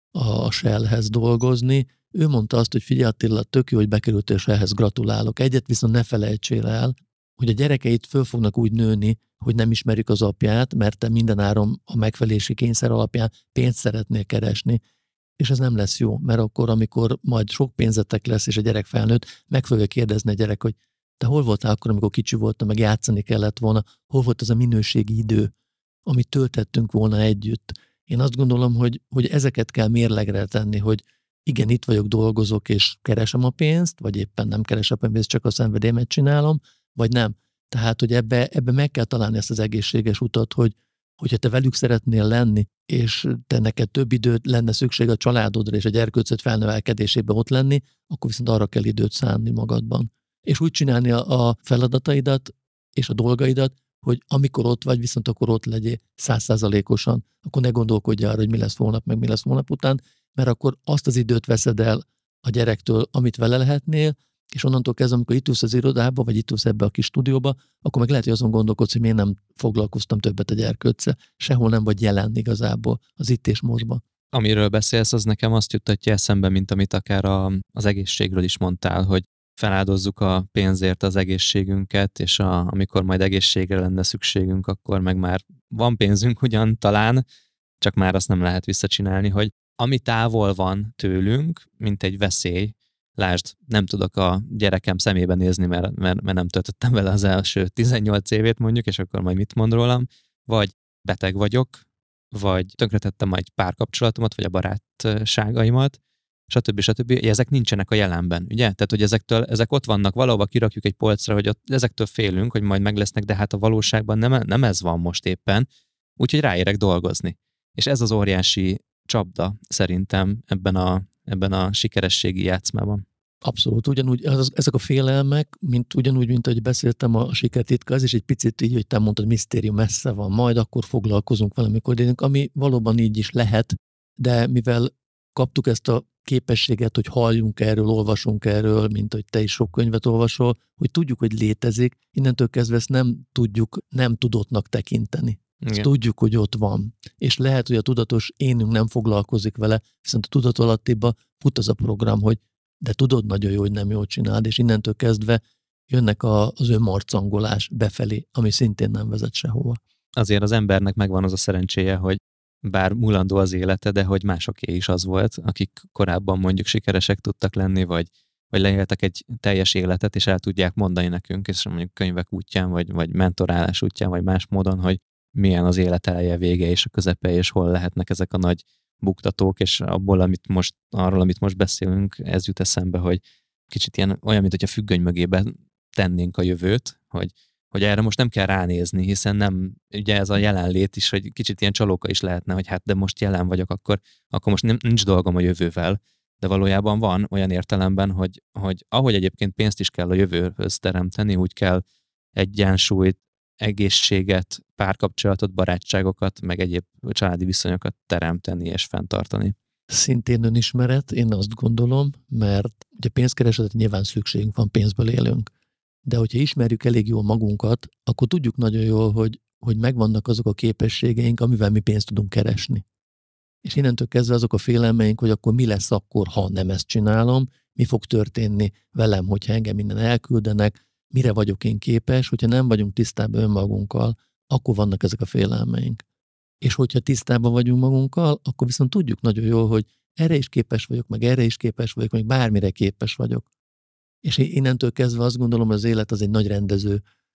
a Shell-hez dolgozni. Ő mondta azt, hogy figyelj Attila, tök jó, hogy bekerültél a Shell-hez, gratulálok. Egyet viszont ne felejtsél el, hogy a gyerekeit föl fognak úgy nőni, hogy nem ismerjük az apját, mert te mindenáron a megfelelési kényszer alapján pénzt szeretnél keresni, és ez nem lesz jó, mert akkor, amikor majd sok pénzetek lesz, és a gyerek felnőtt, meg fogja kérdezni a gyerek, hogy te hol voltál akkor, amikor kicsi voltam, meg játszani kellett volna, hol volt az a minőségi idő, amit töltettünk volna együtt. Én azt gondolom, hogy, hogy ezeket kell mérlegre tenni, hogy igen, itt vagyok, dolgozok, és keresem a pénzt, vagy éppen nem keresem a pénzt, csak a szenvedélyemet csinálom, vagy nem. Tehát, hogy ebbe, ebbe meg kell találni ezt az egészséges utat, hogy hogyha te velük szeretnél lenni, és te neked több időt lenne szükség a családodra és a gyerkőcöd felnevelkedésében ott lenni, akkor viszont arra kell időt szánni magadban. És úgy csinálni a, a feladataidat és a dolgaidat, hogy amikor ott vagy, viszont akkor ott legyél százszázalékosan, akkor ne gondolkodj arra, hogy mi lesz holnap, meg mi lesz holnap után, mert akkor azt az időt veszed el a gyerektől, amit vele lehetnél, és onnantól kezdve, amikor itt ülsz az irodába, vagy itt ülsz ebbe a kis stúdióba, akkor meg lehet, hogy azon gondolkodsz, hogy miért nem foglalkoztam többet a gyerkőccel. Sehol nem vagy jelen igazából az itt és mostban. Amiről beszélsz, az nekem azt juttatja eszembe, mint amit akár a, az egészségről is mondtál, hogy feláldozzuk a pénzért az egészségünket, és a, amikor majd egészségre lenne szükségünk, akkor meg már van pénzünk ugyan talán, csak már azt nem lehet visszacsinálni, hogy ami távol van tőlünk, mint egy veszély, lásd, nem tudok a gyerekem szemébe nézni, mert, mert, mert nem töltöttem vele az első tizennyolc évét mondjuk, és akkor majd mit mond rólam, vagy beteg vagyok, vagy tönkretettem egy párkapcsolatomat, vagy a barátságaimat, stb. stb. Ezek nincsenek a jelenben, ugye? Tehát, hogy ezektől, ezek ott vannak, valahova kirakjuk egy polcra, hogy ott, ezektől félünk, hogy majd meg lesznek, de hát a valóságban nem, nem ez van most éppen, úgyhogy ráérek dolgozni. És ez az óriási csapda szerintem ebben a, ebben a sikerességi játszmában. Abszolút, ugyanúgy, az, ezek a félelmek, mint ugyanúgy, mint ahogy beszéltem a sikertitka, ez is egy picit így, hogy te mondtad, misztérium messze van, majd akkor foglalkozunk valamikor, ami valóban így is lehet, de mivel kaptuk ezt a képességet, hogy halljunk erről, olvasunk erről, mint hogy te is sok könyvet olvasol, hogy tudjuk, hogy létezik, innentől kezdve ezt nem tudjuk nem tudottnak tekinteni. Ezt tudjuk, hogy ott van. És lehet, hogy a tudatos énünk nem foglalkozik vele, viszont a tudatalattiba fut az a program, hogy de tudod nagyon jó, hogy nem jól csináld, és innentől kezdve jönnek a, az önmarcangolás befelé, ami szintén nem vezet sehova. Azért az embernek megvan az a szerencséje, hogy bár mulandó az élete, de hogy másoké is az volt, akik korábban mondjuk sikeresek tudtak lenni, vagy, vagy leéltek egy teljes életet, és el tudják mondani nekünk, és mondjuk könyvek útján, vagy, vagy mentorálás útján, vagy más módon, hogy milyen az élet eleje, vége és a közepe, és hol lehetnek ezek a nagy buktatók, és abból, amit most, arról, amit most beszélünk, ez jut eszembe, hogy kicsit ilyen, olyan, mint hogy a függöny mögébe tennénk a jövőt, hogy, hogy erre most nem kell ránézni, hiszen nem, ugye ez a jelenlét is, hogy kicsit ilyen csalóka is lehetne, hogy hát de most jelen vagyok, akkor, akkor most nem, nincs dolgom a jövővel, de valójában van olyan értelemben, hogy, hogy ahogy egyébként pénzt is kell a jövőhöz teremteni, úgy kell egyensúlyt, egészséget, párkapcsolatot, barátságokat, meg egyéb családi viszonyokat teremteni és fenntartani. Szintén önismeret, én azt gondolom, mert ugye pénzkeresetet nyilván szükségünk van, pénzből élünk. De hogyha ismerjük elég jól magunkat, akkor tudjuk nagyon jól, hogy, hogy megvannak azok a képességeink, amivel mi pénzt tudunk keresni. És innentől kezdve azok a félelmeink, hogy akkor mi lesz akkor, ha nem ezt csinálom, mi fog történni velem, hogyha engem minden elküldenek, mire vagyok én képes, hogyha nem vagyunk tisztában önmagunkkal, akkor vannak ezek a félelmeink. És hogyha tisztában vagyunk magunkkal, akkor viszont tudjuk nagyon jól, hogy erre is képes vagyok, meg erre is képes vagyok, meg bármire képes vagyok. És innentől kezdve azt gondolom, hogy az élet az egy nagy rendező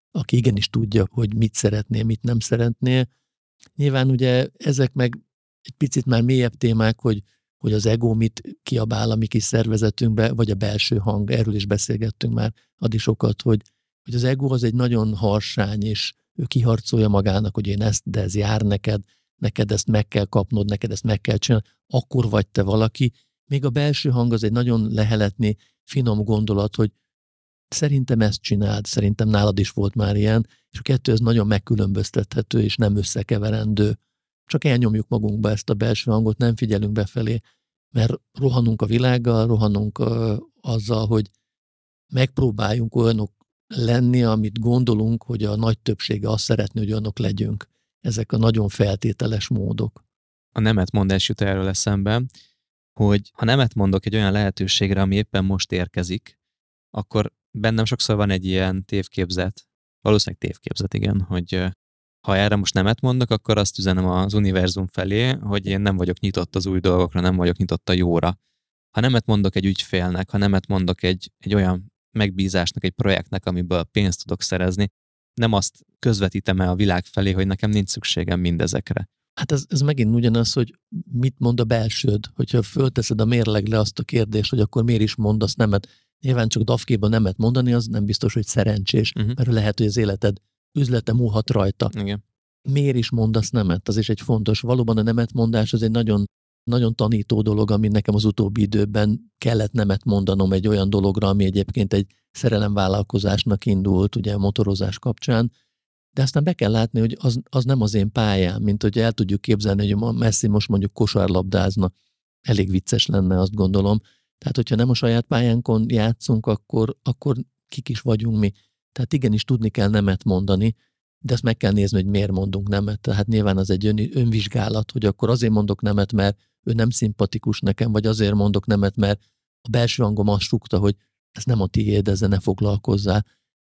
aki igenis tudja, hogy mit szeretnél, mit nem szeretnél. Nyilván ugye ezek meg egy picit már mélyebb témák, hogy, hogy az ego mit kiabál a mi kis szervezetünkbe, vagy a belső hang, erről is beszélgettünk már addig sokat, hogy, hogy az ego az egy nagyon harsány, és ő kiharcolja magának, hogy én ezt, de ez jár neked, neked ezt meg kell kapnod, neked ezt meg kell csinálni, akkor vagy te valaki. Még a belső hang az egy nagyon leheletni, finom gondolat, hogy szerintem ezt csináld, szerintem nálad is volt már ilyen, és a kettő ez nagyon megkülönböztethető, és nem összekeverendő. Csak elnyomjuk magunkba ezt a belső hangot, nem figyelünk befelé, mert rohanunk a világgal, rohanunk uh, azzal, hogy megpróbáljunk olyanok lenni, amit gondolunk, hogy a nagy többsége azt szeretné, hogy olyanok legyünk. Ezek a nagyon feltételes módok. A nemet mondás jut erről eszembe, hogy ha nemet mondok egy olyan lehetőségre, ami éppen most érkezik, akkor bennem sokszor van egy ilyen tévképzet, valószínűleg tévképzet, igen, hogy ha erre most nemet mondok, akkor azt üzenem az univerzum felé, hogy én nem vagyok nyitott az új dolgokra, nem vagyok nyitott a jóra. Ha nemet mondok egy ügyfélnek, ha nemet mondok egy, egy olyan megbízásnak, egy projektnek, amiből pénzt tudok szerezni, nem azt közvetítem el a világ felé, hogy nekem nincs szükségem mindezekre. Hát ez, ez megint ugyanaz, hogy mit mond a belsőd, hogyha fölteszed a mérlegre azt a kérdést, hogy akkor miért is mondasz nemet. Nyilván csak dafkéban nemet mondani, az nem biztos, hogy szerencsés, uh-huh. mert lehet, hogy az életed üzlete múlhat rajta. Igen. Miért is mondasz nemet? Az is egy fontos. Valóban a nemetmondás az egy nagyon, nagyon tanító dolog, ami nekem az utóbbi időben kellett nemet mondanom egy olyan dologra, ami egyébként egy szerelemvállalkozásnak indult, ugye a motorozás kapcsán, de aztán be kell látni, hogy az, az nem az én pályám, mint hogy el tudjuk képzelni, hogy Messi most mondjuk kosárlabdázna. Elég vicces lenne, azt gondolom. Tehát, hogyha nem a saját pályánkon játszunk, akkor, akkor kik is vagyunk mi. Tehát igenis tudni kell nemet mondani, de ezt meg kell nézni, hogy miért mondunk nemet. Tehát nyilván az egy ön, önvizsgálat, hogy akkor azért mondok nemet, mert ő nem szimpatikus nekem, vagy azért mondok nemet, mert a belső hangom azt súgta, hogy ez nem a tiéd, ezzel ne foglalkozzál.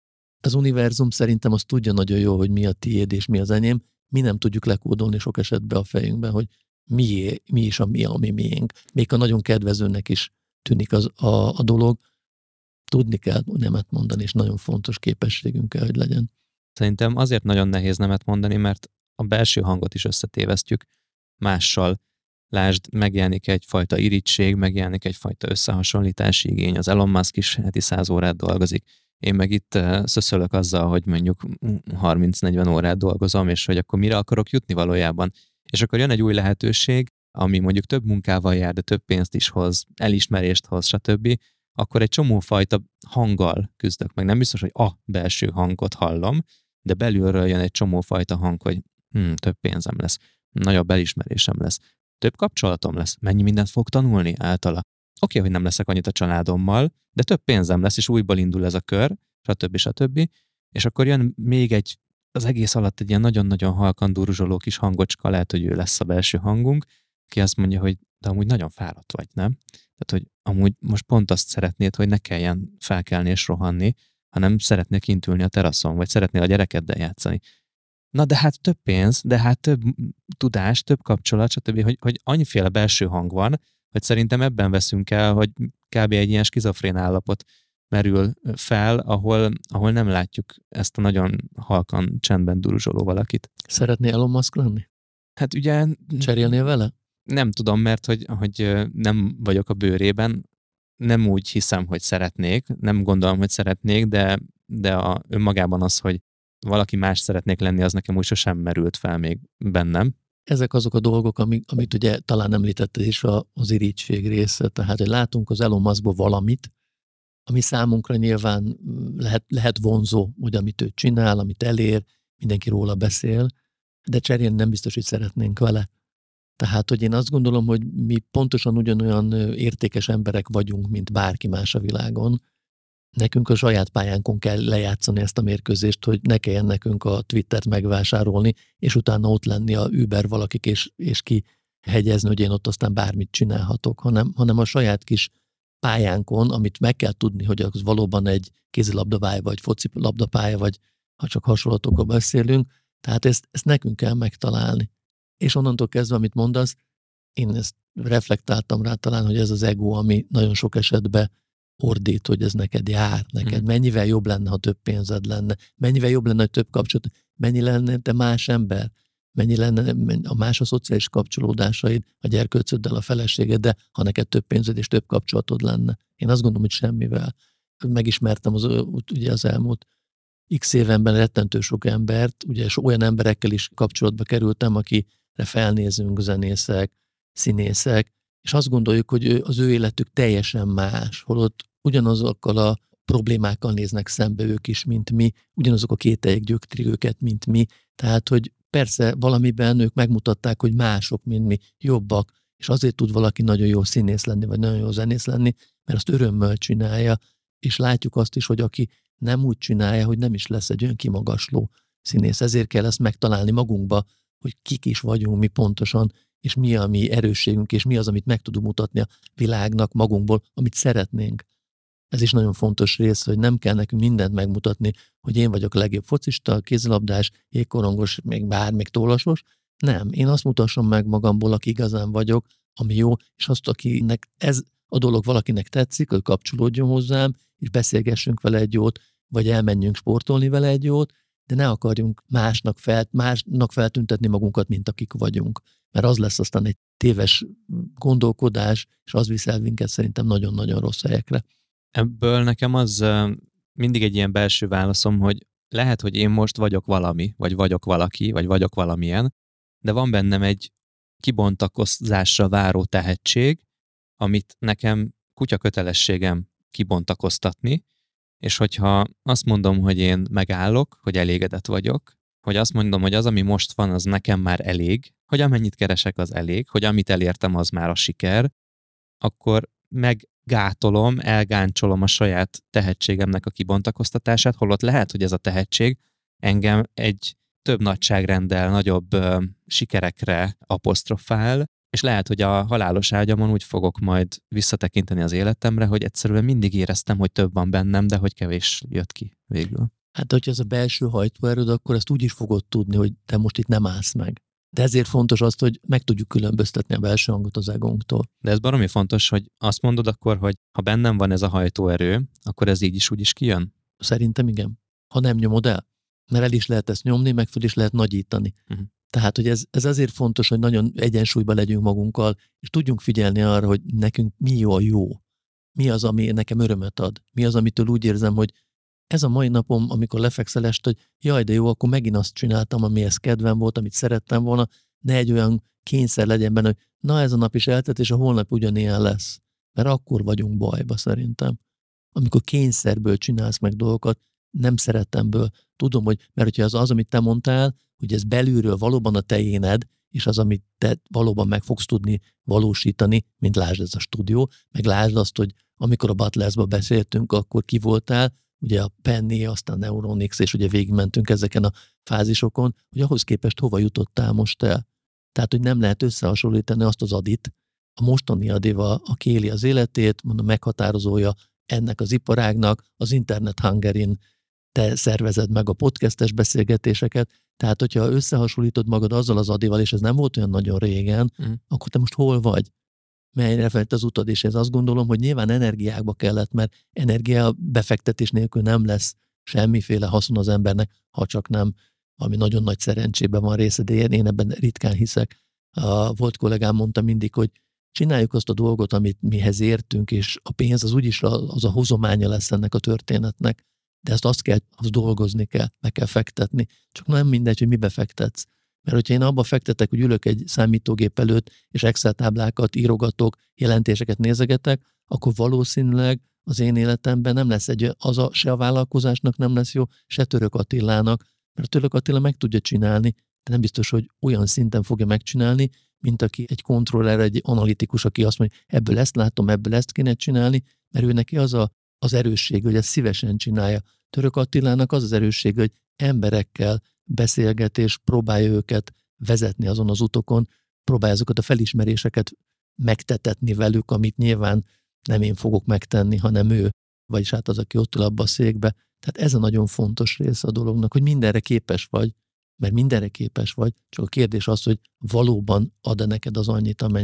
Az univerzum szerintem azt tudja nagyon jó, hogy mi a tiéd és mi az enyém. Mi nem tudjuk lekódolni sok esetben a fejünkben, hogy mi, mi is a mi, ami miénk. Még a nagyon kedvezőnek is tűnik az, a, a dolog. Tudni kell nemet mondani, és nagyon fontos képességünk kell, hogy legyen. Szerintem azért nagyon nehéz nemet mondani, mert a belső hangot is összetévesztjük mással. Lásd, megjelenik egyfajta irigység, megjelenik egyfajta összehasonlítási igény. Az Elon Musk is heti száz órát dolgozik. Én meg itt szöszölök azzal, hogy mondjuk harminc-negyven órát dolgozom, és hogy akkor mire akarok jutni valójában. És akkor jön egy új lehetőség, ami mondjuk több munkával jár, de több pénzt is hoz, elismerést hoz, stb., akkor egy csomó fajta hanggal küzdök meg. Nem biztos, hogy a belső hangot hallom, de belülről jön egy csomó fajta hang, hogy hm, több pénzem lesz, nagyobb elismerésem lesz, több kapcsolatom lesz, mennyi mindent fog tanulni általa. Oké, okay, hogy nem leszek annyit a családommal, de több pénzem lesz, és újból indul ez a kör, stb. stb. És akkor jön még egy, az egész alatt egy ilyen nagyon-nagyon halkan durzsoló kis hangocska, lehet, hogy ő lesz a belső hangunk, ki azt mondja, hogy de amúgy nagyon fáradt vagy, nem? Tehát, hogy amúgy most pont azt szeretnéd, hogy ne kelljen felkelni és rohanni, hanem szeretnél kint ülni a teraszon, vagy szeretnél a gyerekeddel játszani. Na de hát több pénz, de hát több tudás, több kapcsolat, stb., hogy, hogy annyiféle belső hang van, hogy szerintem ebben veszünk el, hogy kb. Egy ilyen skizofrén állapot merül fel, ahol, ahol nem látjuk ezt a nagyon halkan csendben durzsoló valakit. Szeretnél Elon Musk lenni? Hát ugye... Cserélnél vele? Nem tudom, mert hogy, hogy nem vagyok a bőrében, nem úgy hiszem, hogy szeretnék, nem gondolom, hogy szeretnék, de, de a, önmagában az, hogy valaki más szeretnék lenni, az nekem úgy sosem merült fel még bennem. Ezek azok a dolgok, amit, amit ugye talán említetted is az irigység része, tehát hogy látunk az Elon Muskból valamit, ami számunkra nyilván lehet, lehet vonzó, ugye, amit ő csinál, amit elér, mindenki róla beszél, de cserélni nem biztos, hogy szeretnénk vele. Tehát, hogy én azt gondolom, hogy mi pontosan ugyanolyan értékes emberek vagyunk, mint bárki más a világon. Nekünk a saját pályánkon kell lejátszani ezt a mérkőzést, hogy ne kelljen nekünk a Twittert megvásárolni, és utána ott lenni a Uber valakik, és, és kihegyezni, hogy én ott aztán bármit csinálhatok, hanem, hanem a saját kis pályánkon, amit meg kell tudni, hogy az valóban egy kézilabdapálya, vagy focilabdapálya, vagy ha csak hasonlatokról beszélünk, tehát ezt, ezt nekünk kell megtalálni. És onnantól kezdve, amit mondasz, én ezt reflektáltam rá talán, hogy ez az ego, ami nagyon sok esetben ordít, hogy ez neked jár, neked Mm. mennyivel jobb lenne, ha több pénzed lenne, mennyivel jobb lenne, hogy több kapcsolat, mennyi lenne, te más ember, mennyi lenne a más a szociális kapcsolódásaid, a gyerkőcöddel, a feleségeddel, ha neked több pénzed és több kapcsolatod lenne. Én azt gondolom, hogy semmivel. Megismertem az, ugye az elmúlt x évenben rettentő sok embert, ugye, és olyan emberekkel is kapcsolatba kerültem, akire felnézünk, zenészek, színészek, és azt gondoljuk, hogy az ő életük teljesen más, holott ugyanazokkal a problémákkal néznek szembe ők is, mint mi, ugyanazok a kételyek gyöktrik őket, mint mi, tehát, hogy persze valamiben ők megmutatták, hogy mások, mint mi, jobbak, és azért tud valaki nagyon jó színész lenni, vagy nagyon jó zenész lenni, mert azt örömmel csinálja, és látjuk azt is, hogy aki nem úgy csinálja, hogy nem is lesz egy olyan kimagasló színész. Ezért kell ezt megtalálni magunkba, hogy kik is vagyunk mi pontosan, és mi a mi erősségünk, és mi az, amit meg tudunk mutatni a világnak magunkból, amit szeretnénk. Ez is nagyon fontos rész, hogy nem kell nekünk mindent megmutatni, hogy én vagyok a legjobb focista, kézilabdás, jégkorongos, még bár, még tollasos. Nem, én azt mutassam meg magamból, aki igazán vagyok, ami jó, és azt, akinek ez a dolog valakinek tetszik, hogy kapcsolódjon hozzám, és beszélgessünk vele egy jót, vagy elmenjünk sportolni vele egy jót, de ne akarjunk másnak, fel, másnak feltüntetni magunkat, mint akik vagyunk. Mert az lesz aztán egy téves gondolkodás, és az viszel minket szerintem nagyon-nagyon rossz helyekre. Ebből nekem az mindig egy ilyen belső válaszom, hogy lehet, hogy én most vagyok valami, vagy vagyok valaki, vagy vagyok valamilyen, de van bennem egy kibontakozásra váró tehetség, amit nekem kutya kötelességem kibontakoztatni, és hogyha azt mondom, hogy én megállok, hogy elégedett vagyok, hogy azt mondom, hogy az, ami most van, az nekem már elég, hogy amennyit keresek, az elég, hogy amit elértem, az már a siker, akkor meggátolom, elgáncsolom a saját tehetségemnek a kibontakoztatását, holott lehet, hogy ez a tehetség engem egy több nagyságrenddel nagyobb ö, sikerekre apostrofál, és lehet, hogy a halálos ágyamon úgy fogok majd visszatekinteni az életemre, hogy egyszerűen mindig éreztem, hogy több van bennem, de hogy kevés jött ki végül. Hát, hogyha ez a belső hajtóerőd, akkor ezt úgy is fogod tudni, hogy te most itt nem állsz meg. De ezért fontos azt, hogy meg tudjuk különböztetni a belső hangot az egónktól. De ez baromi fontos, hogy azt mondod akkor, hogy ha bennem van ez a hajtóerő, akkor ez így is úgy is kijön? Szerintem igen. Ha nem nyomod el. Mert el is lehet ezt nyomni, meg föl is lehet nagyítani. Uh-huh. Tehát, hogy ez, ez azért fontos, hogy nagyon egyensúlyban legyünk magunkkal, és tudjunk figyelni arra, hogy nekünk mi a jó. Mi az, ami nekem örömet ad. Mi az, amitől úgy érzem, hogy ez a mai napom, amikor lefekszel este, hogy jaj, de jó, akkor megint azt csináltam, amihez kedvem volt, amit szerettem volna, ne egy olyan kényszer legyen benne, hogy na ez a nap is eltelt, és a holnap ugyanilyen lesz. Mert akkor vagyunk bajba szerintem. Amikor kényszerből csinálsz meg dolgokat, nem szeretemből. Tudom, hogy, mert hogyha az az, amit te mondtál, hogy ez belülről valóban a te éned, és az, amit te valóban meg fogsz tudni valósítani, mint lásd ez a stúdió, meg lásd azt, hogy amikor a Butlers-ba beszéltünk, akkor ki voltál, ugye a Penny, aztán Neuronix, és ugye végigmentünk ezeken a fázisokon, hogy ahhoz képest hova jutottál most el. Tehát, hogy nem lehet összehasonlítani azt az Adit, a mostani Adival, aki éli az életét, mondom, meghatározója ennek az iparágnak, az Internet Hungerin te szervezed meg a podcastes beszélgetéseket, tehát hogyha összehasonlítod magad azzal az Adival, és ez nem volt olyan nagyon régen, mm. akkor te most hol vagy? Melyre felett az utad, és ez azt gondolom, hogy nyilván energiákba kellett, mert energia befektetés nélkül nem lesz semmiféle haszon az embernek, ha csak nem, ami nagyon nagy szerencsében van része, de én ebben ritkán hiszek. A volt kollégám mondta mindig, hogy csináljuk azt a dolgot, amit mihez értünk, és a pénz az úgyis az a hozománya lesz ennek a történetnek, de ezt azt kell, azt dolgozni kell, meg kell fektetni. Csak nem mindegy, hogy mibe fektetsz. Mert hogyha én abba fektetek, hogy ülök egy számítógép előtt, és Excel táblákat írogatok, jelentéseket nézegetek, akkor valószínűleg az én életemben nem lesz egy, az a, se a vállalkozásnak nem lesz jó, se Török Attilának, mert Török Attila meg tudja csinálni, de nem biztos, hogy olyan szinten fogja megcsinálni, mint aki egy kontroller, egy analitikus, aki azt mondja, ebből ezt látom, ebből ezt kéne csinálni, mert ő neki az a, az erősség, hogy ezt szívesen csinálja. Török Attilának az az erősség, hogy emberekkel beszélget, és próbálja őket vezetni azon az utokon, próbálja azokat a felismeréseket megtetetni velük, amit nyilván nem én fogok megtenni, hanem ő, vagyis hát az, aki ott ül abba a székbe. Tehát ez a nagyon fontos része a dolognak, hogy mindenre képes vagy, mert mindenre képes vagy, csak a kérdés az, hogy valóban ad-e neked az annyit, amennyit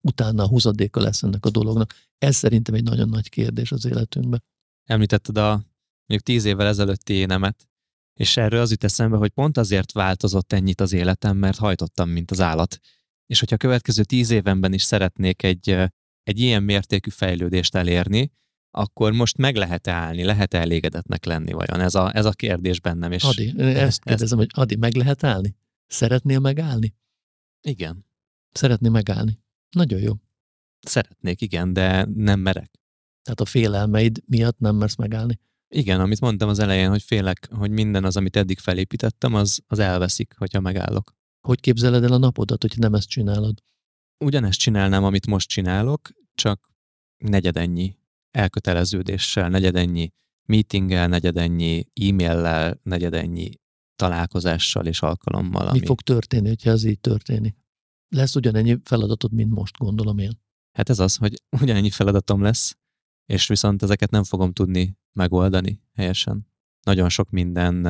utána a húzadéka lesz ennek a dolognak. Ez szerintem egy nagyon nagy kérdés az életünkben. Említetted a mondjuk tíz évvel ezelőtti énemet, és erről az jut eszembe, hogy pont azért változott ennyit az életem, mert hajtottam, mint az állat. És hogyha a következő tíz évenben is szeretnék egy, egy ilyen mértékű fejlődést elérni, akkor most meg lehet-e állni, lehet-e elégedetnek lenni vajon? Ez a, ez a kérdés bennem. És Adi, ezt kérdezem, ezt... hogy Adi, meg lehet állni? Szeretnél megállni? Igen. Szeretnél megállni? Nagyon jó. Szeretnék, igen, de nem merek. Tehát a félelmeid miatt nem mersz megállni? Igen, amit mondtam az elején, hogy félek, hogy minden az, amit eddig felépítettem, az, az elveszik, hogyha megállok. Hogy képzeled el a napodat, hogyha nem ezt csinálod? Ugyanezt csinálnám, amit most csinálok, csak negyedennyi elköteleződéssel, negyedennyi meetinggel, negyedennyi e-maillel, negyedennyi találkozással és alkalommal. Mi ami... fog történni, hogyha ez így történik? Lesz ugyanennyi feladatod, mint most, gondolom én. Hát ez az, hogy ugyanennyi feladatom lesz, és viszont ezeket nem fogom tudni megoldani helyesen. Nagyon sok minden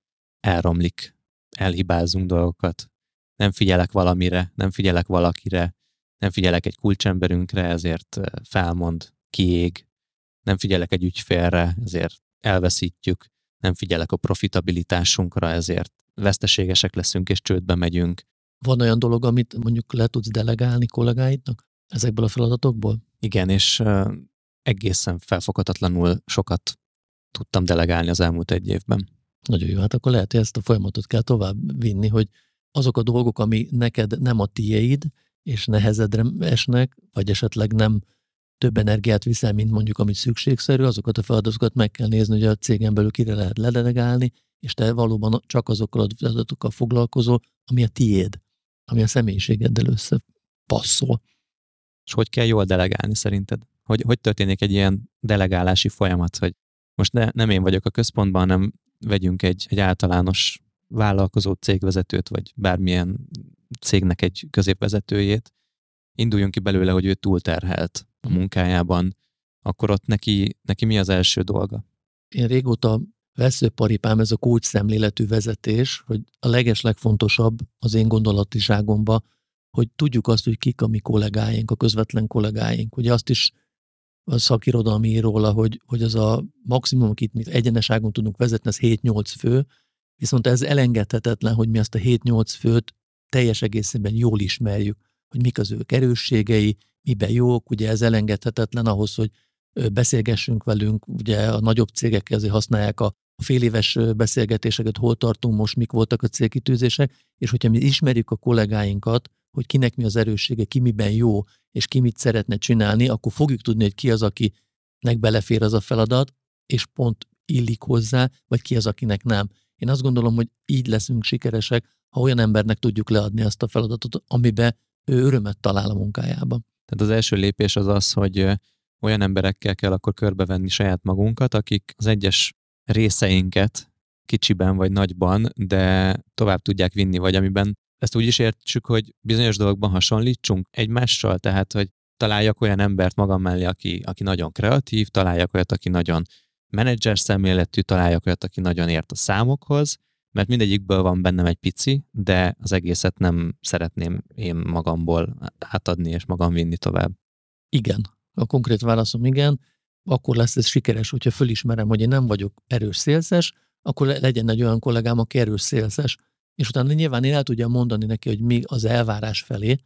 elromlik, elhibázunk dolgokat. Nem figyelek valamire, nem figyelek valakire, nem figyelek egy kulcsemberünkre, ezért felmond, kiég. Nem figyelek egy ügyfélre, ezért elveszítjük. Nem figyelek a profitabilitásunkra, ezért veszteségesek leszünk és csődbe megyünk. Van olyan dolog, amit mondjuk le tudsz delegálni kollégáidnak ezekből a feladatokból? Igen, és uh, egészen felfoghatatlanul sokat tudtam delegálni az elmúlt egy évben. Nagyon jó, hát akkor lehet, hogy ezt a folyamatot kell tovább vinni, hogy azok a dolgok, ami neked nem a tiéd, és nehezedre esnek, vagy esetleg nem több energiát viszel, mint mondjuk, amit szükségszerű, azokat a feladatokat meg kell nézni, hogy a cégen belül kire lehet ledelegálni, és te valóban csak azokkal a feladatokkal foglalkozol, ami a tiéd, ami a személyiségeddel összepasszol. És hogy kell jól delegálni szerinted? Hogy, hogy történik egy ilyen delegálási folyamat, hogy most ne, nem én vagyok a központban, hanem vegyünk egy, egy általános vállalkozó cégvezetőt, vagy bármilyen cégnek egy középvezetőjét, induljunk ki belőle, hogy ő túlterhelt a munkájában, akkor ott neki, neki mi az első dolga? Én régóta veszőparipám ez a coach szemléletű vezetés, hogy a legeslegfontosabb az én gondolatiságomban, hogy tudjuk azt, hogy kik a mi kollégáink, a közvetlen kollégáink. Ugye azt is a szakirodalmi ír róla, hogy, hogy az a maximum, akit mi egyeneságon tudunk vezetni, az hét-nyolc fő, viszont ez elengedhetetlen, hogy mi azt a hét-nyolc főt teljes egészében jól ismerjük, hogy mik az ők erősségei, miben jók, ugye ez elengedhetetlen ahhoz, hogy beszélgessünk velünk, ugye a nagyobb cégek ezért használják a fél éves beszélgetéseket, hol tartunk most, mik voltak a célkitűzések, és hogyha mi ismerjük a kollégáinkat, hogy kinek mi az erőssége, ki miben jó, és ki mit szeretne csinálni, akkor fogjuk tudni, hogy ki az, akinek belefér az a feladat, és pont illik hozzá, vagy ki az, akinek nem. Én azt gondolom, hogy így leszünk sikeresek, ha olyan embernek tudjuk leadni azt a feladatot, amiben ő örömet talál a munkájában. Tehát az első lépés az az, hogy olyan emberekkel kell akkor körbevenni saját magunkat, akik az egyes részeinket kicsiben vagy nagyban, de tovább tudják vinni, vagy amiben ezt úgy is értsük, hogy bizonyos dolgokban hasonlítsunk egymással, tehát, hogy találjak olyan embert magam mellé, aki, aki nagyon kreatív, találjak olyat, aki nagyon menedzser szemléletű, találjak olyat, aki nagyon ért a számokhoz, mert mindegyikből van bennem egy pici, de az egészet nem szeretném én magamból átadni és magam vinni tovább. Igen. A konkrét válaszom igen, akkor lesz ez sikeres, hogyha fölismerem, hogy én nem vagyok erős szélszes, akkor legyen egy olyan kollégám, aki erős szélszes. És utána nyilván én el tudjam mondani neki, hogy mi az elvárás felé,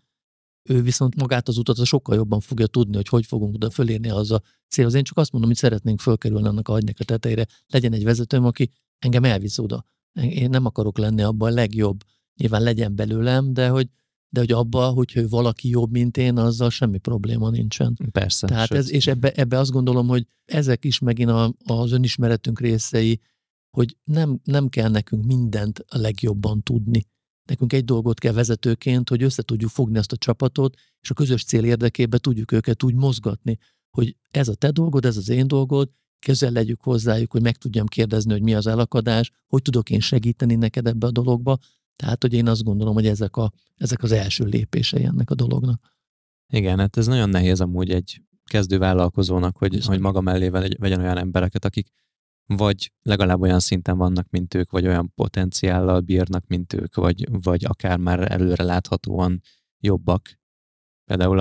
ő viszont magát az utat sokkal jobban fogja tudni, hogy hogy fogunk oda fölérni az a célhoz. Én csak azt mondom, hogy szeretnénk fölkerülni annak a agynak a tetejére, legyen egy vezetőm, aki engem elvisz oda. Én nem akarok lenni abban a legjobb. Nyilván legyen belőlem, de hogy, de hogy abban, hogyha valaki jobb, mint én, azzal semmi probléma nincsen. Persze. Tehát ez, és ebbe, ebbe azt gondolom, hogy ezek is megint a, az önismeretünk részei, hogy nem, nem kell nekünk mindent a legjobban tudni. Nekünk egy dolgot kell vezetőként, hogy össze tudjuk fogni azt a csapatot, és a közös cél érdekében tudjuk őket úgy mozgatni, hogy ez a te dolgod, ez az én dolgod, közel legyük hozzájuk, hogy meg tudjam kérdezni, hogy mi az elakadás, hogy tudok én segíteni neked ebbe a dologba. Tehát, hogy én azt gondolom, hogy ezek, a, ezek az első lépései ennek a dolognak. Igen, hát ez nagyon nehéz amúgy egy kezdő vállalkozónak, hogy, hogy maga mellé vegyen olyan embereket, akik vagy legalább olyan szinten vannak, mint ők, vagy olyan potenciállal bírnak, mint ők, vagy, vagy akár már előre láthatóan jobbak. Például a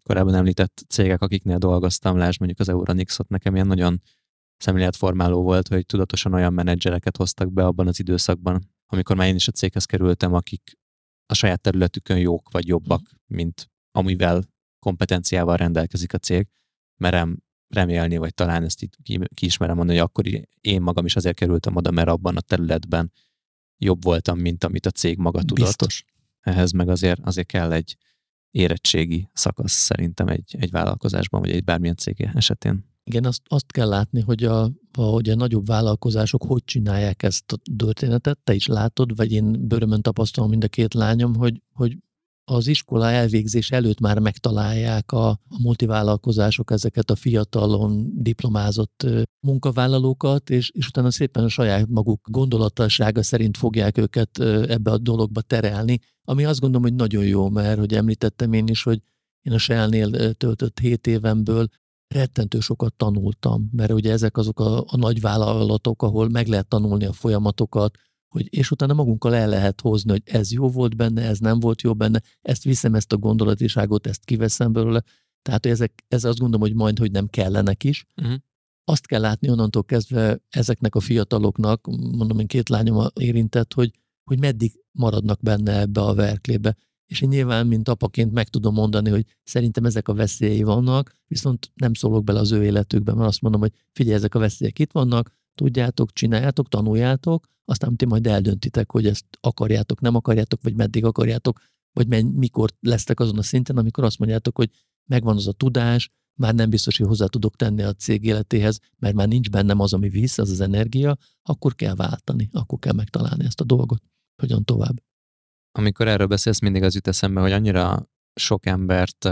korábban említett cégek, akiknél dolgoztam, lásd mondjuk az Euronixot, nekem ilyen nagyon szemléletformáló volt, hogy tudatosan olyan menedzsereket hoztak be abban az időszakban, amikor már én is a céghez kerültem, akik a saját területükön jók vagy jobbak, mint amivel kompetenciával rendelkezik a cég. Merem remélni, vagy talán ezt így ki, ki ismerem mondani, hogy akkor én magam is azért kerültem oda, mert abban a területben jobb voltam, mint amit a cég maga tudott. Biztos. Ehhez meg azért, azért kell egy érettségi szakasz szerintem egy, egy vállalkozásban, vagy egy bármilyen cég esetén. Igen, azt, azt kell látni, hogy a, a, a nagyobb vállalkozások hogy csinálják ezt a történetet. Te is látod, vagy én bőrömön tapasztalom mind a két lányom, hogy, hogy az iskola elvégzés előtt már megtalálják a, a multivállalkozások ezeket a fiatalon diplomázott munkavállalókat, és, és utána szépen a saját maguk gondolatossága szerint fogják őket ebbe a dologba terelni, ami azt gondolom, hogy nagyon jó, mert hogy említettem én is, hogy én a Shell-nél töltött hét évemből rettentő sokat tanultam, mert ugye ezek azok a, a nagy vállalatok, ahol meg lehet tanulni a folyamatokat, hogy, és utána magunkkal el lehet hozni, hogy ez jó volt benne, ez nem volt jó benne, ezt viszem, ezt a gondolatiságot, ezt kiveszem belőle. Tehát hogy ezek, ez azt gondolom, hogy majd, hogy nem kellenek is. Uh-huh. Azt kell látni onnantól kezdve ezeknek a fiataloknak, mondom, én két lányom érintett, hogy, hogy meddig maradnak benne ebbe a verklébe. És én nyilván, mint apaként meg tudom mondani, hogy szerintem ezek a veszélyei vannak, viszont nem szólok bele az ő életükbe, mert azt mondom, hogy figyelj, ezek a veszélyek itt vannak, tudjátok, csináljátok, tanuljátok, aztán ti majd eldöntitek, hogy ezt akarjátok, nem akarjátok, vagy meddig akarjátok, vagy menny, mikor lesztek azon a szinten, amikor azt mondjátok, hogy megvan az a tudás, már nem biztos, hogy hozzá tudok tenni a cég életéhez, mert már nincs bennem az, ami visz, az az energia, akkor kell váltani, akkor kell megtalálni ezt a dolgot, hogyan tovább. Amikor erről beszélsz, mindig az jut eszembe, hogy annyira sok embert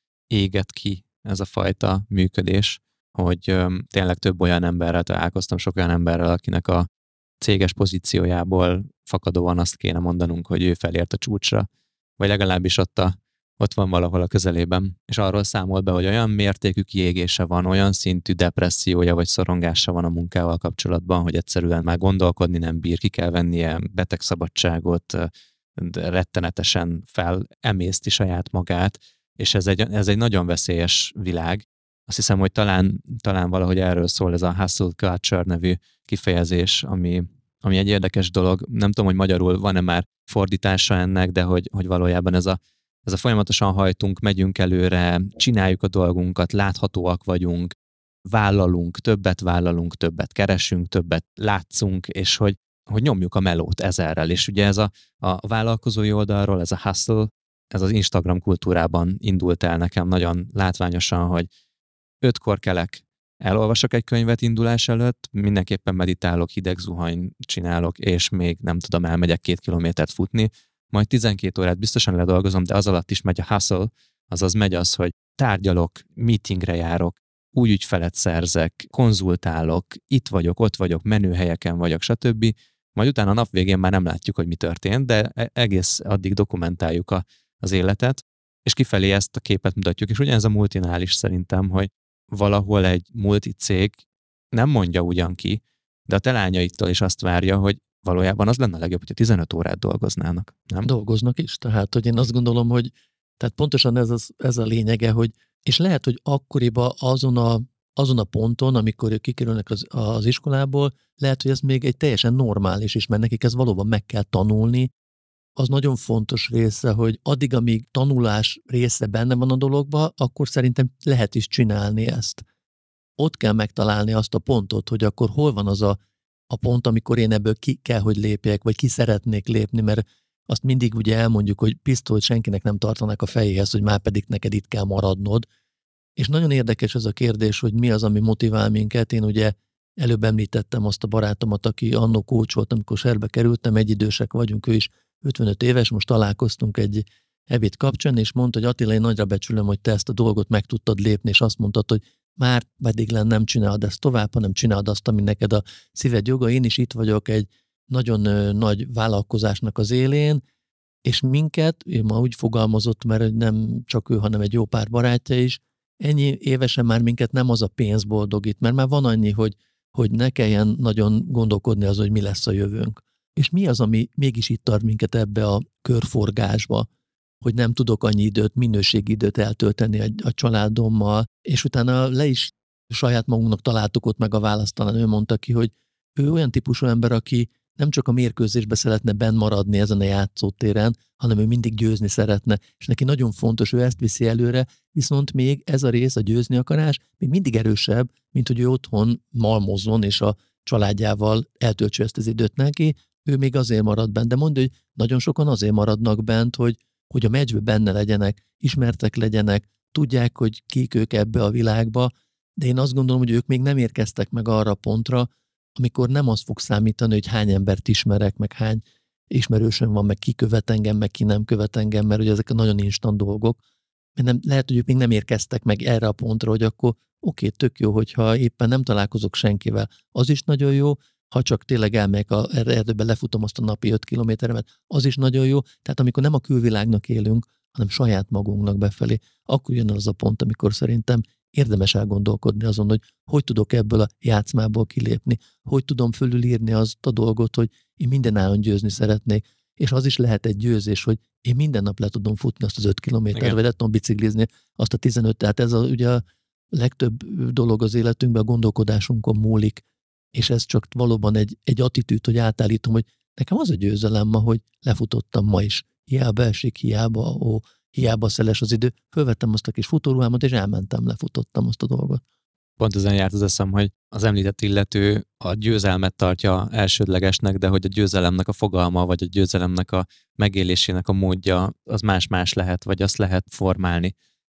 éget ki ez a fajta működés, hogy tényleg több olyan emberrel találkoztam, sok olyan emberrel, akinek a céges pozíciójából fakadóan azt kéne mondanunk, hogy ő felért a csúcsra, vagy legalábbis ott, a, ott van valahol a közelében, és arról számol be, hogy olyan mértékű kiégése van, olyan szintű depressziója vagy szorongása van a munkával kapcsolatban, hogy egyszerűen már gondolkodni nem bír, ki kell vennie betegszabadságot, rettenetesen felemészti saját magát, és ez egy, ez egy nagyon veszélyes világ. Azt hiszem, hogy talán, talán valahogy erről szól ez a hustle culture nevű kifejezés, ami, ami egy érdekes dolog. Nem tudom, hogy magyarul van-e már fordítása ennek, de hogy, hogy valójában ez a, ez a folyamatosan hajtunk, megyünk előre, csináljuk a dolgunkat, láthatóak vagyunk, vállalunk, többet vállalunk, többet keresünk, többet látszunk, és hogy, hogy nyomjuk a melót ezerrel. És ugye ez a, a vállalkozói oldalról, ez a hustle, ez az Instagram kultúrában indult el nekem nagyon látványosan, hogy ötkor kelek, elolvasok egy könyvet indulás előtt, mindenképpen meditálok, hideg zuhany csinálok, és még nem tudom, elmegyek két kilométert futni, majd tizenkét órát biztosan ledolgozom, de az alatt is megy a hustle, azaz megy az, hogy tárgyalok, meetingre járok, új ügyfelet szerzek, konzultálok, itt vagyok, ott vagyok, menőhelyeken vagyok, stb. Majd utána a nap végén már nem látjuk, hogy mi történt, de egész addig dokumentáljuk a, az életet, és kifelé ezt a képet mutatjuk. És ugyanez a multinál is szerintem, hogy valahol egy multi cég nem mondja ugyan ki, de a te lányaitól is azt várja, hogy valójában az lenne a legjobb, hogyha tizenöt órát dolgoznának, nem? Dolgoznak is, tehát hogy én azt gondolom, hogy tehát pontosan ez, az, ez a lényege, hogy és lehet, hogy akkoriban azon a, azon a ponton, amikor ők kikerülnek az, az iskolából, lehet, hogy ez még egy teljesen normális is, mert nekik ez valóban meg kell tanulni. Az nagyon fontos része, hogy addig, amíg tanulás része benne van a dologba, akkor szerintem lehet is csinálni ezt. Ott kell megtalálni azt a pontot, hogy akkor hol van az a, a pont, amikor én ebből ki kell, hogy lépjek, vagy ki szeretnék lépni, mert azt mindig ugye elmondjuk, hogy pisztolyt senkinek nem tartanak a fejéhez, hogy már pedig neked itt kell maradnod. És nagyon érdekes ez a kérdés, hogy mi az, ami motivál minket. Én ugye előbb említettem azt a barátomat, aki annó coacholt, amikor Shell-be kerültem, egyidősek vagyunk, ő is ötvenöt éves, most találkoztunk egy ebéd kapcsán, és mondta, hogy Attila, én nagyra becsülöm, hogy te ezt a dolgot meg tudtad lépni, és azt mondtad, hogy már pedig len nem csinálod ezt tovább, hanem csinálod azt, ami neked a szíved joga. Én is itt vagyok egy nagyon ö, nagy vállalkozásnak az élén, és minket, ő ma úgy fogalmazott, mert nem csak ő, hanem egy jó pár barátja is, ennyi évesen már minket nem az a pénz boldogít, mert már van annyi, hogy, hogy ne kelljen nagyon gondolkodni az, hogy mi lesz a jövőnk. És mi az, ami mégis itt tart minket ebbe a körforgásba? hogy nem tudok annyi időt, minőségi időt eltölteni a, a családommal, és utána le is saját magunknak találtuk ott meg a választ, talán ő mondta ki, hogy ő olyan típusú ember, aki nem csak a mérkőzésbe szeretne benn maradni ezen a játszótéren, hanem ő mindig győzni szeretne, és neki nagyon fontos, ő ezt viszi előre, viszont még ez a rész, a győzni akarás, még mindig erősebb, mint hogy ő otthon malmozzon, és a családjával eltöltső ezt az időt neki, ő még azért marad bent, de mondja, hogy nagyon sokan azért maradnak bent, hogy, hogy a meccsben benne legyenek, ismertek legyenek, tudják, hogy kik ők ebbe a világba, de én azt gondolom, hogy ők még nem érkeztek meg arra a pontra, amikor nem az fog számítani, hogy hány embert ismerek, meg hány ismerősöm van, meg ki követ engem, meg ki nem követ engem, mert ugye ezek a nagyon instant dolgok. Nem, lehet, hogy ők még nem érkeztek meg erre a pontra, hogy akkor oké, tök jó, hogyha éppen nem találkozok senkivel, az is nagyon jó, ha csak tényleg elmegyek a erdőbe, lefutom azt a napi öt kilométeremet, az is nagyon jó. Tehát amikor nem a külvilágnak élünk, hanem saját magunknak befelé, akkor jön az a pont, amikor szerintem érdemes elgondolkodni azon, hogy hogy tudok ebből a játszmából kilépni, hogy tudom fölülírni azt a dolgot, hogy én mindenáron győzni szeretnék, és az is lehet egy győzés, hogy én minden nap le tudom futni azt az öt kilométert, vagy le tudom biciklizni azt a tizenöt, tehát ez a, ugye a legtöbb dolog az életünkben a gondolkodásunkon múlik, és ez csak valóban egy, egy attitűd, hogy átállítom, hogy nekem az a győzelem ma, hogy lefutottam ma is. Hiába esik, hiába, ó, hiába szeles az idő, fölvettem azt a kis futóruhámat, és elmentem, lefutottam azt a dolgot. Pont ezen járt az eszem, hogy az említett illető a győzelmet tartja elsődlegesnek, de hogy a győzelemnek a fogalma, vagy a győzelemnek a megélésének a módja, az más-más lehet, vagy azt lehet formálni.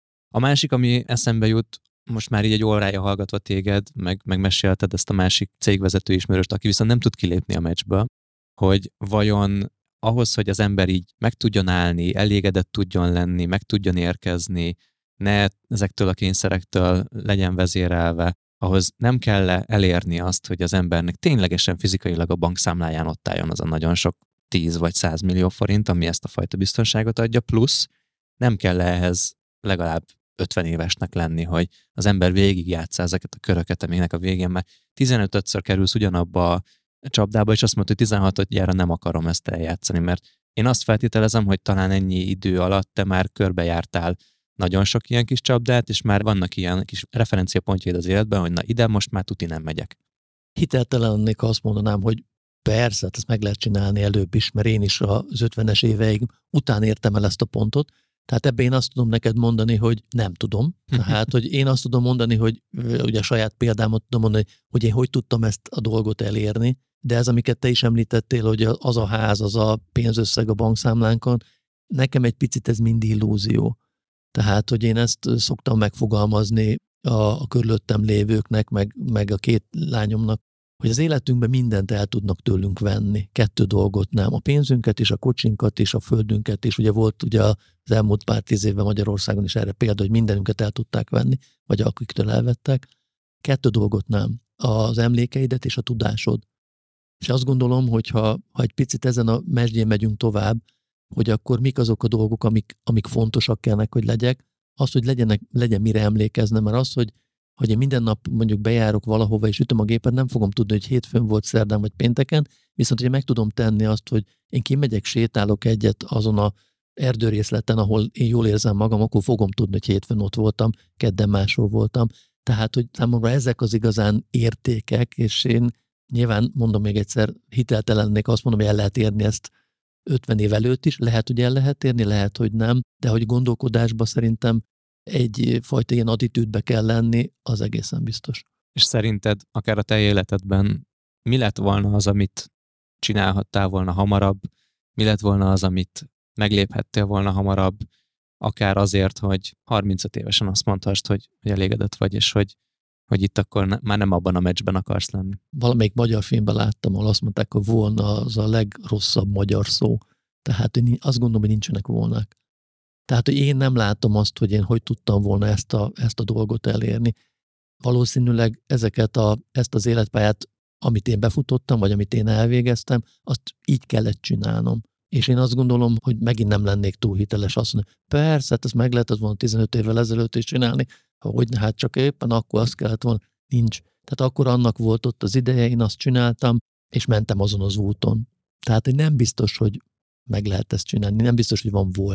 A másik, ami eszembe jut, most már így egy órája hallgatva téged, meg, meg mesélted ezt a másik cégvezető ismerőst, aki viszont nem tud kilépni a meccsből, hogy vajon ahhoz, hogy az ember így meg tudjon állni, elégedett tudjon lenni, meg tudjon érkezni, ne ezektől a kényszerektől legyen vezérelve, ahhoz nem kell elérni azt, hogy az embernek ténylegesen fizikailag a bankszámláján ott álljon az a nagyon sok tíz vagy száz millió forint, ami ezt a fajta biztonságot adja, plusz nem kell ehhez legalább ötven évesnek lenni, hogy az ember végigjátsza ezeket a köröket, aminek a végén már tizenöt-ször kerülsz ugyanabba a csapdába, és azt mondod, hogy tizenhatodjára nem akarom ezt eljátszani, mert én azt feltételezem, hogy talán ennyi idő alatt te már körbejártál nagyon sok ilyen kis csapdát, és már vannak ilyen kis referenciapontjaid az életben, hogy na ide most már tuti nem megyek. Hiteltelen lennék, ha azt mondanám, hogy persze, ezt meg lehet csinálni előbb is, mert én is az ötvenes éveig után értem el ezt a pontot, tehát ebben én azt tudom neked mondani, hogy nem tudom. Tehát, hogy én azt tudom mondani, hogy ugye a saját példámat tudom mondani, hogy én hogy tudtam ezt a dolgot elérni, de ez, amiket te is említettél, hogy az a ház, az a pénzösszeg a bankszámlánkon, nekem egy picit ez mind illúzió. Tehát, hogy én ezt szoktam megfogalmazni a, a körülöttem lévőknek, meg, meg a két lányomnak, hogy az életünkben mindent el tudnak tőlünk venni. Kettő dolgot nem. A pénzünket és a kocsinkat és a földünket, és ugye volt ugye az elmúlt pár tíz évben Magyarországon is erre példa, hogy mindenünket el tudták venni, vagy akiktől elvettek. Kettő dolgot nem. Az emlékeidet és a tudásod. És azt gondolom, hogy ha, ha egy picit ezen a mesdjén megyünk tovább, hogy akkor mik azok a dolgok, amik, amik fontosak kellnek, hogy legyek, az, hogy legyenek, legyen mire emlékeznem, mert az, hogy, hogy én minden nap mondjuk bejárok valahova, és ütöm a gépet, nem fogom tudni, hogy hétfőn volt, szerdán vagy pénteken, viszont hogy meg tudom tenni azt, hogy én kimegyek, sétálok egyet azon a erdőrészleten, ahol én jól érzem magam, akkor fogom tudni, hogy hétfőn ott voltam, kedden máshol voltam. Tehát, hogy számomra ezek az igazán értékek, és én nyilván, mondom még egyszer, hiteltelennék, azt mondom, hogy el lehet érni ezt ötven év előtt is, lehet, hogy el lehet érni, lehet, hogy nem, de hogy gondolkodásban szerintem egyfajta ilyen attitűdbe kell lenni, az egészen biztos. És szerinted akár a te életedben mi lett volna az, amit csinálhattál volna hamarabb, mi lett volna az, amit megléphettél volna hamarabb, akár azért, hogy harmincöt évesen azt mondhast, hogy, hogy elégedett vagy, és hogy, hogy itt akkor ne, már nem abban a meccsben akarsz lenni. Valamelyik magyar filmben láttam, ahol azt mondták, hogy volna az a legrosszabb magyar szó. Tehát én azt gondolom, hogy nincsenek volnák. Tehát, hogy én nem látom azt, hogy én hogy tudtam volna ezt a, ezt a dolgot elérni. Valószínűleg ezeket a, ezt az életpályát, amit én befutottam, vagy amit én elvégeztem, azt így kellett csinálnom. És én azt gondolom, hogy megint nem lennék túl hiteles azt mondani, persze, hát ezt meg lehetett volna tizenöt évvel ezelőtt is csinálni, hogy hát csak éppen akkor azt kellett volna, nincs. Tehát akkor annak volt ott az ideje, én azt csináltam, és mentem azon az úton. Tehát nem biztos, hogy meg lehet ezt csinálni, nem biztos, hogy van volna.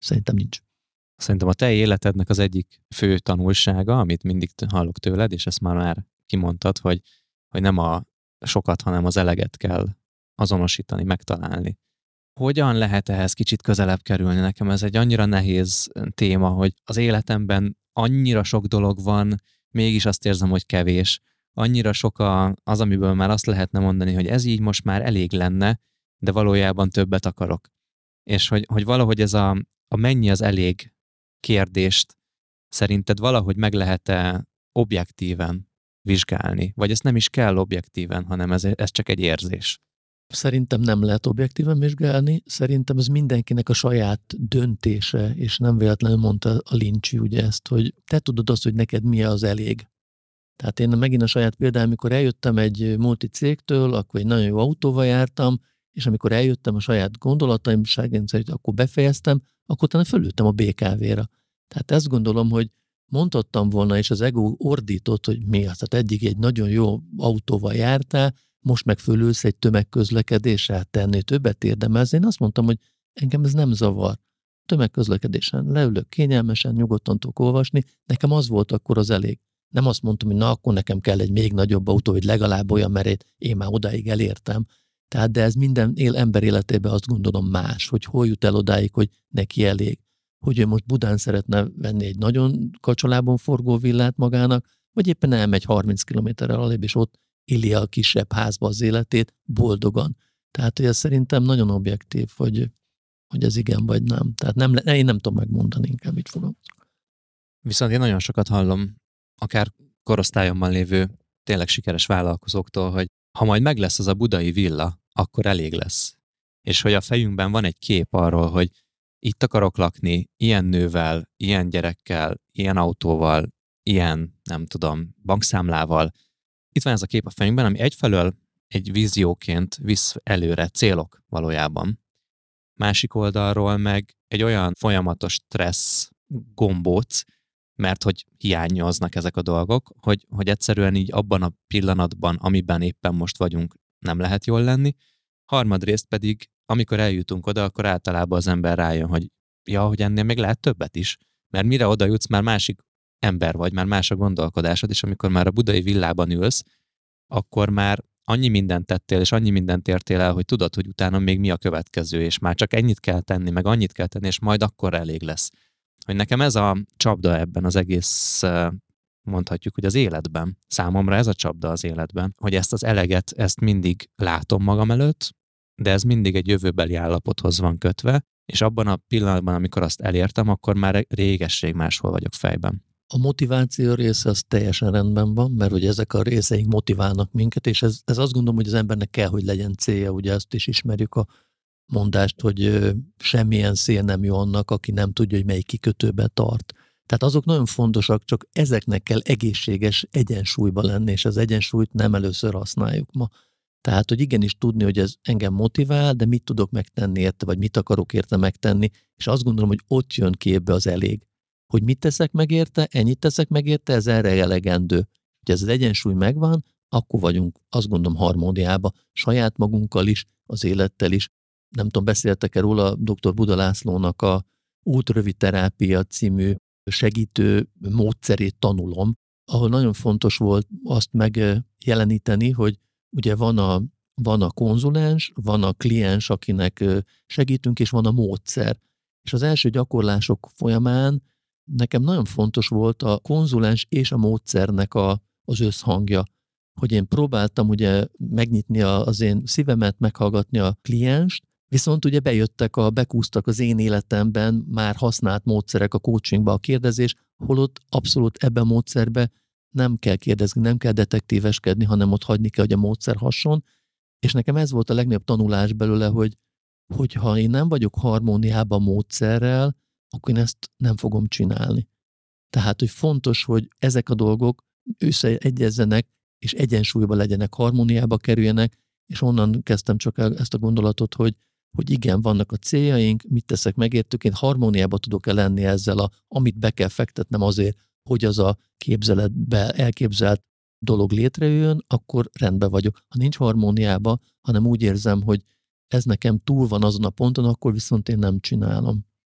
Szerintem nincs. Szerintem a te életednek az egyik fő tanulsága, amit mindig hallok tőled, és ezt már már kimondtad, hogy, hogy nem a sokat, hanem az eleget kell azonosítani, megtalálni. Hogyan lehet ehhez kicsit közelebb kerülni? Nekem ez egy annyira nehéz téma, hogy az életemben annyira sok dolog van, mégis azt érzem, hogy kevés. Annyira sok a, az, amiből már azt lehetne mondani, hogy ez így most már elég lenne, de valójában többet akarok. És hogy, hogy valahogy ez a, a mennyi az elég kérdést szerinted valahogy meg lehet-e objektíven vizsgálni? Vagy ezt nem is kell objektíven, hanem ez, ez csak egy érzés? Szerintem nem lehet objektíven vizsgálni, szerintem ez mindenkinek a saját döntése, és nem véletlenül mondta a Lincsi ugye ezt, hogy te tudod azt, hogy neked mi az elég. Tehát én megint a saját példám, amikor eljöttem egy multicégtől, akkor egy nagyon jó autóval jártam, és amikor eljöttem a saját gondolataim szerint, akkor befejeztem, akkor utána fölültem a bé ká vé-ra. Tehát ezt gondolom, hogy mondhattam volna, és az ego ordított, hogy mi az, tehát eddig egy nagyon jó autóval jártál, most meg fölülsz egy tömegközlekedésre, hát te ennél többet érdemelsz. Én azt mondtam, hogy engem ez nem zavar. Tömegközlekedésen leülök kényelmesen, nyugodtan tudok olvasni, nekem az volt akkor az elég. Nem azt mondtam, hogy na, akkor nekem kell egy még nagyobb autó, hogy legalább olyan, mert én már odáig elértem. Tehát, de ez minden él, ember életében azt gondolom más, hogy hol jut el odáig, hogy neki elég. Hogy ő most Budán szeretne venni egy nagyon kacsolában forgó villát magának, vagy éppen elmegy harminc kilométerrel alébb, és ott éli a kisebb házba az életét boldogan. Tehát, hogy ez szerintem nagyon objektív, hogy, hogy ez igen vagy nem. Tehát nem, én nem tudom megmondani, inkább így fogom. Viszont én nagyon sokat hallom, akár korosztályomban lévő tényleg sikeres vállalkozóktól, hogy ha majd meg lesz az a budai villa, akkor elég lesz. És hogy a fejünkben van egy kép arról, hogy itt akarok lakni, ilyen nővel, ilyen gyerekkel, ilyen autóval, ilyen, nem tudom, bankszámlával. Itt van ez a kép a fejünkben, ami egyfelől egy vízióként visz előre, célok valójában. Másik oldalról meg egy olyan folyamatos stressz gombóc, mert hogy hiányoznak ezek a dolgok, hogy, hogy egyszerűen így abban a pillanatban, amiben éppen most vagyunk, nem lehet jól lenni. Harmadrészt pedig, amikor eljutunk oda, akkor általában az ember rájön, hogy ja, hogy ennél még lehet többet is, mert mire oda jutsz, már másik ember vagy, már más a gondolkodásod, és amikor már a budai villában ülsz, akkor már annyi mindent tettél, és annyi mindent értél el, hogy tudod, hogy utána még mi a következő, és már csak ennyit kell tenni, meg annyit kell tenni, és majd akkor elég lesz. Hogy nekem ez a csapda ebben az egész, mondhatjuk, hogy az életben, számomra ez a csapda az életben, hogy ezt az eleget, ezt mindig látom magam előtt, de ez mindig egy jövőbeli állapothoz van kötve, és abban a pillanatban, amikor azt elértem, akkor már régesség máshol vagyok fejben. A motiváció része az teljesen rendben van, mert ugye ezek a részeink motiválnak minket, és ez, ez azt gondolom, hogy az embernek kell, hogy legyen célja, ugye ezt is ismerjük a mondást, hogy semmilyen szél nem jó annak, aki nem tudja, hogy melyik kikötőbe tart. Tehát azok nagyon fontosak, csak ezeknek kell egészséges egyensúlyba lenni, és az egyensúlyt nem először használjuk ma. Tehát, hogy igenis tudni, hogy ez engem motivál, de mit tudok megtenni érte, vagy mit akarok érte megtenni, és azt gondolom, hogy ott jön képbe az elég. Hogy mit teszek meg érte, ennyit teszek meg érte, ez erre elegendő. Hogy ez az egyensúly megvan, akkor vagyunk, azt gondolom, harmóniába, saját magunkkal is, az élettel is. Nem tudom, beszéltek-e róla dr. Buda Lászlónak a Útrövid terápia című segítő módszerét tanulom, ahol nagyon fontos volt azt megjeleníteni, hogy ugye van a, van a konzulens, van a kliens, akinek segítünk, és van a módszer. És az első gyakorlások folyamán nekem nagyon fontos volt a konzulens és a módszernek a, az összhangja, hogy én próbáltam ugye megnyitni a, az én szívemet, meghallgatni a klienst, viszont ugye bejöttek, a, bekúztak az én életemben már használt módszerek a coachingba, a kérdezés, holott abszolút ebben a módszerben nem kell kérdezni, nem kell detektíveskedni, hanem ott hagyni kell, hogy a módszer hasson, és nekem ez volt a legnagyobb tanulás belőle, hogy hogyha én nem vagyok harmóniában a módszerrel, akkor én ezt nem fogom csinálni. Tehát, hogy fontos, hogy ezek a dolgok összeegyezzenek, és egyensúlyban legyenek, harmóniába kerüljenek, és onnan kezdtem csak ezt a gondolatot, hogy, hogy igen, vannak a céljaink, mit teszek megértük, én harmóniába tudok-e lenni ezzel, a, amit be kell fektetnem azért, hogy az a képzeletbe elképzelt dolog létrejöjjön, akkor rendben vagyok. Ha nincs harmóniába, hanem úgy érzem, hogy ez nekem túl van azon a ponton, akkor viszont én nem csinálom.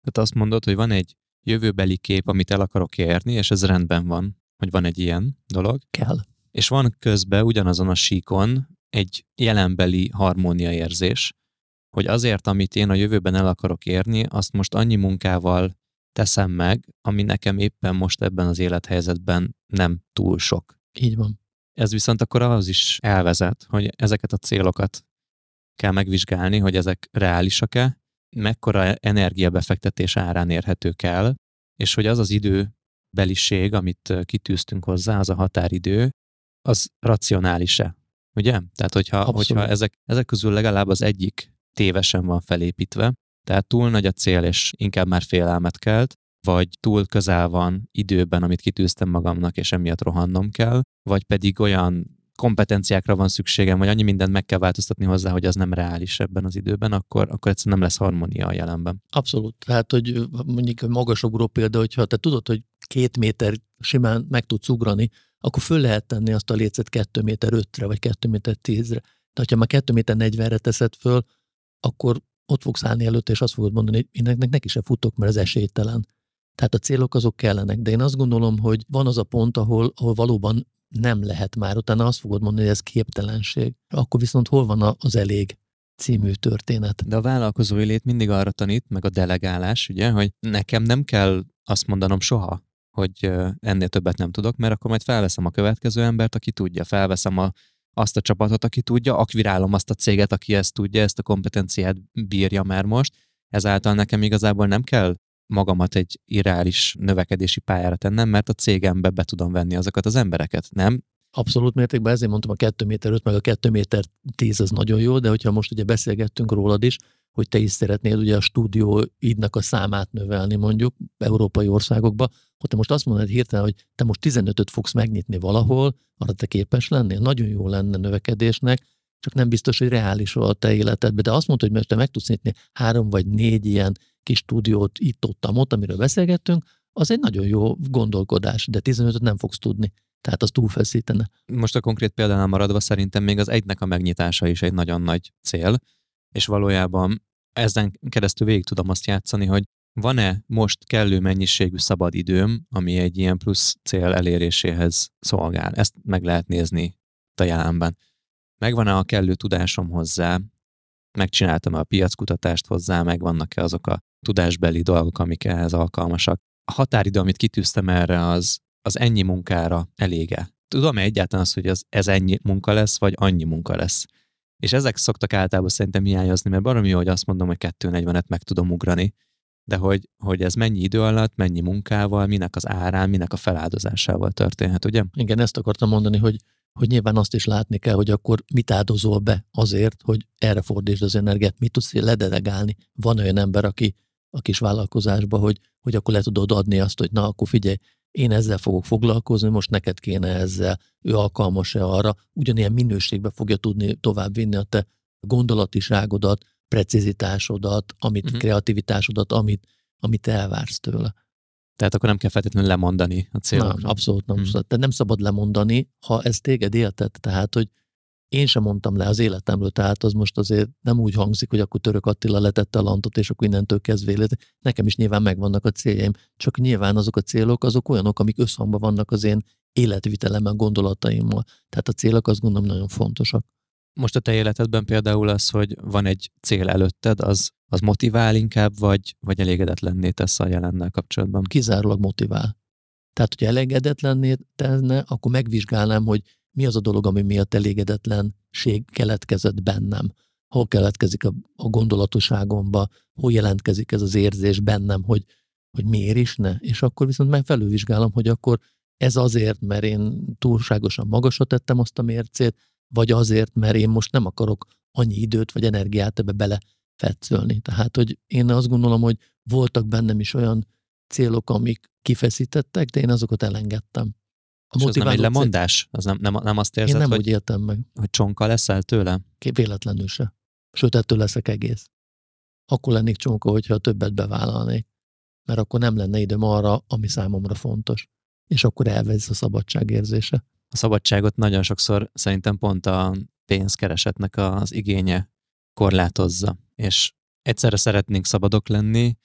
Tehát azt mondod, hogy van egy jövőbeli kép, amit el akarok érni, és ez rendben van, hogy van egy ilyen dolog. Kell. És van közben ugyanazon a síkon egy jelenbeli harmóniaérzés, hogy azért, amit én a jövőben el akarok érni, azt most annyi munkával teszem meg, ami nekem éppen most ebben az élethelyzetben nem túl sok. Így van. Ez viszont akkor ahhoz is elvezet, hogy ezeket a célokat kell megvizsgálni, hogy ezek reálisak-e, mekkora energiabefektetés árán érhetők el, és hogy az az időbeliség, amit kitűztünk hozzá, az a határidő, az racionális-e. Ugye? Tehát, hogyha, hogyha ezek, ezek közül legalább az egyik tévesen van felépítve, tehát túl nagy a cél, és inkább már félelmet kelt, vagy túl közel van időben, amit kitűztem magamnak, és emiatt rohannom kell, vagy pedig olyan kompetenciákra van szükségem, vagy annyi mindent meg kell változtatni hozzá, hogy az nem reális ebben az időben, akkor, akkor egyszerűen nem lesz harmónia a jelenben. Abszolút. Tehát, hogy mondjuk egy magasugró példa, hogyha te tudod, hogy két méter simán meg tudsz ugrani, akkor föl lehet tenni azt a lécet kettő méter ötre, vagy kettő méter tízre. De ha már kettő méter negyvenre teszed föl, akkor ott fogsz állni előtte, és azt fogod mondani, hogy én ennek neki se futok, mert ez esélytelen. Tehát a célok azok kellenek. De én azt gondolom, hogy van az a pont, ahol, ahol valóban nem lehet már. Utána azt fogod mondani, hogy ez képtelenség. Akkor viszont hol van az elég című történet? De a vállalkozói lét mindig arra tanít, meg a delegálás, ugye, hogy nekem nem kell azt mondanom soha, hogy ennél többet nem tudok, mert akkor majd felveszem a következő embert, aki tudja, felveszem a, azt a csapatot, aki tudja, akvirálom azt a céget, aki ezt tudja, ezt a kompetenciát bírja már most. Ezáltal nekem igazából nem kell magamat egy irreális növekedési pályára tennem, mert a cégembe be tudom venni azokat az embereket, nem? Abszolút mértékben, ezért mondtam a kettő méter öt, meg a kettő méter tíz az nagyon jó, de hogyha most ugye beszélgettünk rólad is, hogy te is szeretnéd ugye a stúdióidnak a számát növelni mondjuk európai országokba, hogy te most azt mondod hirtelen, hogy te most tizenötöt fogsz megnyitni valahol, arra te képes lennél, nagyon jó lenne növekedésnek, csak nem biztos, hogy reális a te életedben, de azt mondod, hogy most te meg tudsz nyitni három vagy négy ilyen kis stúdiót itt-ott, ott, amiről beszélgettünk, az egy nagyon jó gondolkodás, de tizenötöt nem fogsz tudni. Tehát az túlfeszítene. Most a konkrét példánál maradva szerintem még az egynek a megnyitása is egy nagyon nagy cél, és valójában ezen keresztül végig tudom azt játszani, hogy van-e most kellő mennyiségű szabad időm, ami egy ilyen plusz cél eléréséhez szolgál. Ezt meg lehet nézni a jelenben. Megvan-e a kellő tudásom hozzá, megcsináltam a piackutatást hozzá, megvannak-e azok a tudásbeli dolgok, amik ehhez alkalmasak. A határidő, amit kitűztem erre, az, az ennyi munkára elége. Tudom-e egyáltalán azt, hogy az, ez ennyi munka lesz, vagy annyi munka lesz? És ezek szoktak általában szerintem hiányozni, mert baromi jó, hogy azt mondom, hogy kettő negyvenet meg tudom ugrani, de hogy, hogy ez mennyi idő alatt, mennyi munkával, minek az árán, minek a feláldozásával történhet, ugye? Igen, ezt akartam mondani, hogy, hogy nyilván azt is látni kell, hogy akkor mit áldozol be azért, hogy erre fordítsd az energiát, mit tudsz ledelegálni. Van olyan ember, aki a kis vállalkozásban, hogy, hogy akkor le tudod adni azt, hogy na, akkor figyelj, én ezzel fogok foglalkozni, most neked kéne ezzel, ő alkalmas-e arra, ugyanilyen minőségbe fogja tudni tovább vinni a te gondolatiságodat, precizitásodat, amit, uh-huh. kreativitásodat, amit, amit elvársz tőle. Tehát akkor nem kell feltétlenül lemondani a célokra. Nem, abszolút nem. Uh-huh. Tehát nem szabad lemondani, ha ez téged élted, tehát, hogy én sem mondtam le az életemről, tehát az most azért nem úgy hangzik, hogy akkor Török Attila letette a lantot, és akkor innentől kezdve élet. Nekem is nyilván megvannak a céljaim, csak nyilván azok a célok, azok olyanok, amik összhangban vannak az én életvitelemmel, gondolataimmal. Tehát a célok azt gondolom nagyon fontosak. Most a te életedben például az, hogy van egy cél előtted, az, az motivál inkább, vagy, vagy elégedetlenné tesz a jelennel kapcsolatban? Kizárólag motivál. Tehát, hogyha elégedetlenné tenne, akkor megvizsgálnám, hogy mi az a dolog, ami miatt elégedetlenség keletkezett bennem. Hol keletkezik a, a gondolatosságomba, hol jelentkezik ez az érzés bennem, hogy, hogy miért is ne. És akkor viszont meg felülvizsgálom, hogy akkor ez azért, mert én túlságosan magasra tettem azt a mércét, vagy azért, mert én most nem akarok annyi időt vagy energiát ebbe belefetszölni. Tehát, hogy én azt gondolom, hogy voltak bennem is olyan célok, amik kifeszítettek, de én azokat elengedtem. A és az nem egy lemondás? Az nem, nem, nem azt érzed, én nem hogy, úgy éltem meg. hogy csonka leszel tőle? Véletlenül se. Sőt, ettől leszek egész. Akkor lennék csonka, hogyha többet bevállalnék. Mert akkor nem lenne időm arra, ami számomra fontos. És akkor elvesz a szabadság érzése. A szabadságot nagyon sokszor szerintem pont a pénzkeresetnek az igénye korlátozza. És egyszerre szeretnénk szabadok lenni,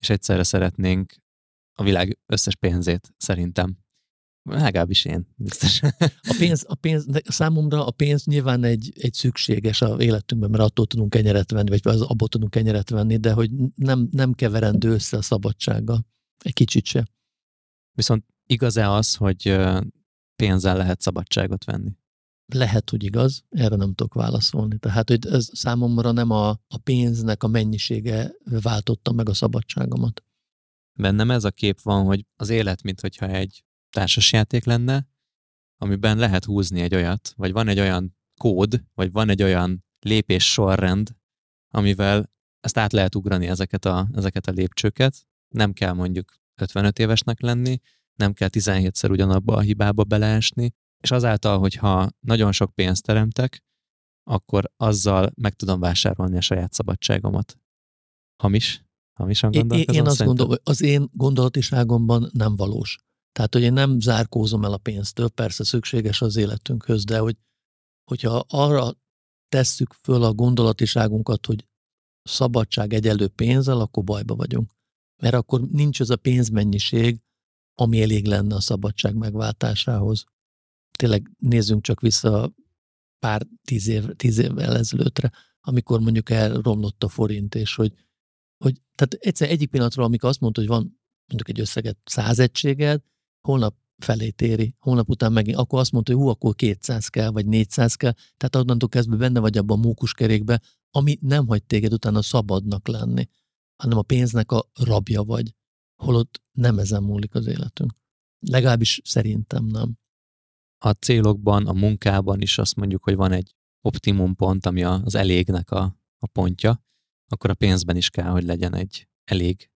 és egyszerre szeretnénk a világ összes pénzét, szerintem. Legalábbis én, biztos. A pénz, a pénz, de számomra a pénz nyilván egy, egy szükséges a életünkben, mert attól tudunk kenyeret venni, vagy az abból tudunk kenyeret venni, de hogy nem, nem keverendő össze a szabadsággal. Egy kicsit se. Viszont igaz-e az, hogy pénzzel lehet szabadságot venni? Lehet, hogy igaz, erre nem tudok válaszolni. Tehát, hogy ez számomra nem a, a pénznek a mennyisége váltotta meg a szabadságomat. Bennem ez a kép van, hogy az élet, minthogyha egy társasjáték lenne, amiben lehet húzni egy olyat, vagy van egy olyan kód, vagy van egy olyan lépés sorrend, amivel ezt át lehet ugrani ezeket a, ezeket a lépcsőket. Nem kell mondjuk ötvenöt évesnek lenni, nem kell tizenhétszer ugyanabba a hibába beleesni, és azáltal, hogyha nagyon sok pénzt teremtek, akkor azzal meg tudom vásárolni a saját szabadságomat. Hamis? Hamisan gondolkozom? Én azt szerintem? gondolom, az én gondolatiságomban nem valós. Tehát, hogy én nem zárkózom el a pénztől, persze szükséges az életünkhöz, de hogy, hogyha arra tesszük föl a gondolatiságunkat, hogy szabadság egyenlő pénzzel, akkor bajba vagyunk. Mert akkor nincs az a pénzmennyiség, ami elég lenne a szabadság megváltásához. Tényleg nézzünk csak vissza pár tíz, év, tíz évvel ezelőttre, amikor mondjuk elromlott a forint, és hogy, hogy tehát egyszer egyik pillanatról, amikor azt mondta, hogy van mondjuk egy összeget száz egységed, holnap felé téri, holnap után megint, akkor azt mondta, hogy hú, akkor kétszáz kell, vagy négyszáz kell, tehát onnantól kezdve benne vagy abban a mókuskerékbe, ami nem hagy téged utána szabadnak lenni, hanem a pénznek a rabja vagy, holott nem ezen múlik az életünk. Legalábbis szerintem nem. A célokban, a munkában is azt mondjuk, hogy van egy optimum pont, ami az elégnek a, a pontja, akkor a pénzben is kell, hogy legyen egy elég.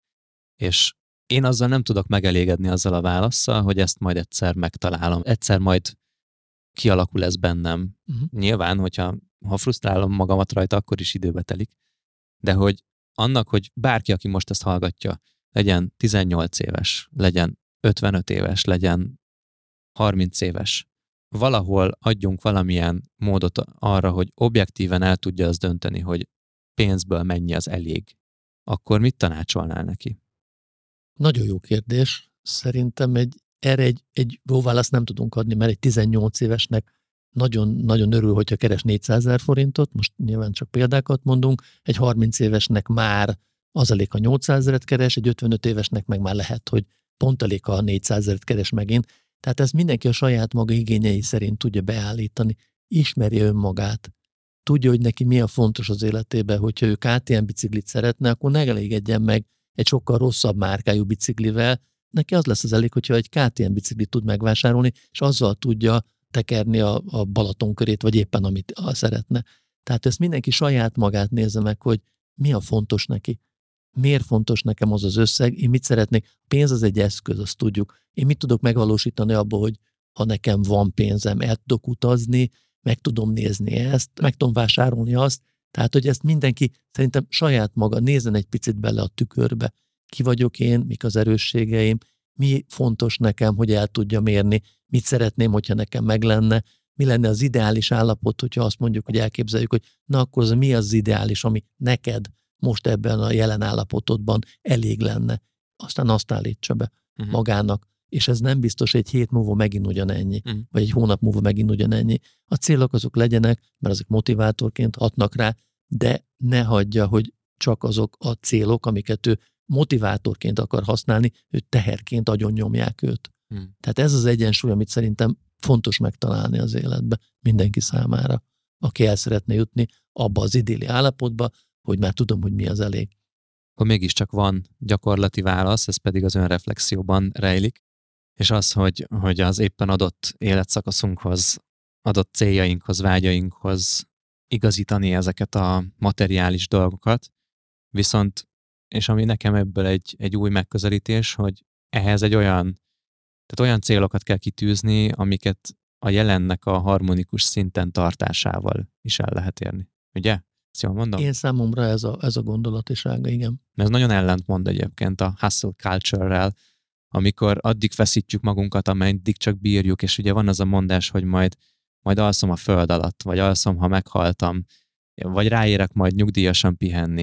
És én azzal nem tudok megelégedni azzal a válasszal, hogy ezt majd egyszer megtalálom. Egyszer majd kialakul ez bennem. Uh-huh. Nyilván, hogyha ha frusztrálom magamat rajta, akkor is időbe telik. De hogy annak, hogy bárki, aki most ezt hallgatja, legyen tizennyolc éves, legyen ötvenöt éves, legyen harminc éves, valahol adjunk valamilyen módot arra, hogy objektíven el tudja azt dönteni, hogy pénzből mennyi az elég, akkor mit tanácsolnál neki? Nagyon jó kérdés. Szerintem egy, erre egy, egy jó választ nem tudunk adni, mert egy tizennyolc évesnek nagyon-nagyon örül, hogyha keres négyszázezer forintot, most nyilván csak példákat mondunk, egy harminc évesnek már az elég, ha nyolcszázezret keres, egy ötvenöt évesnek meg már lehet, hogy pont elég, ha négyszázezret keres megint. Tehát ezt mindenki a saját maga igényei szerint tudja beállítani, ismerje önmagát, tudja, hogy neki mi a fontos az életében, hogyha ő ká té em biciklit szeretne, akkor ne elégedjen meg egy sokkal rosszabb márkájú biciklivel, neki az lesz az elég, hogyha egy ká té em biciklit tud megvásárolni, és azzal tudja tekerni a, a Balaton körét, vagy éppen amit szeretne. Tehát ezt mindenki saját magát nézze meg, hogy mi a fontos neki. Miért fontos nekem az az összeg, én mit szeretnék. A pénz az egy eszköz, azt tudjuk. Én mit tudok megvalósítani abból, hogy ha nekem van pénzem, el tudok utazni, meg tudom nézni ezt, meg tudom vásárolni azt. Tehát, hogy ezt mindenki szerintem saját maga nézzen egy picit bele a tükörbe. Ki vagyok én, mik az erősségeim, mi fontos nekem, hogy el tudja mérni, mit szeretném, hogyha nekem meg lenne, mi lenne az ideális állapot, hogyha azt mondjuk, hogy elképzeljük, hogy na akkor az mi az ideális, ami neked most ebben a jelen állapotodban elég lenne. Aztán azt állítsa be uh-huh. magának, és ez nem biztos, hogy egy hét múlva megint ugyanennyi, uh-huh. vagy egy hónap múlva megint ugyanennyi. A célok azok legyenek, mert azok motivátorként hatnak rá, de ne hagyja, hogy csak azok a célok, amiket ő motivátorként akar használni, ő teherként agyon nyomják őt. Uh-huh. Tehát ez az egyensúly, amit szerintem fontos megtalálni az életbe mindenki számára, aki el szeretne jutni abba az idilli állapotba, hogy már tudom, hogy mi az elég. Akkor mégiscsak van gyakorlati válasz, ez pedig az önreflexióban rejlik, és az, hogy, hogy az éppen adott életszakaszunkhoz, adott céljainkhoz, vágyainkhoz igazítani ezeket a materiális dolgokat, viszont, és ami nekem ebből egy, egy új megközelítés, hogy ehhez egy olyan, tehát olyan célokat kell kitűzni, amiket a jelennek a harmonikus szinten tartásával is el lehet érni. Ugye? Ezt jól mondom? Én számomra ez a, ez a gondolatisága, igen. Ez nagyon ellentmond egyébként a hustle culture-rel, amikor addig feszítjük magunkat, ameddig csak bírjuk, és ugye van az a mondás, hogy majd, majd alszom a föld alatt, vagy alszom, ha meghaltam, vagy ráérek majd nyugdíjasan pihenni.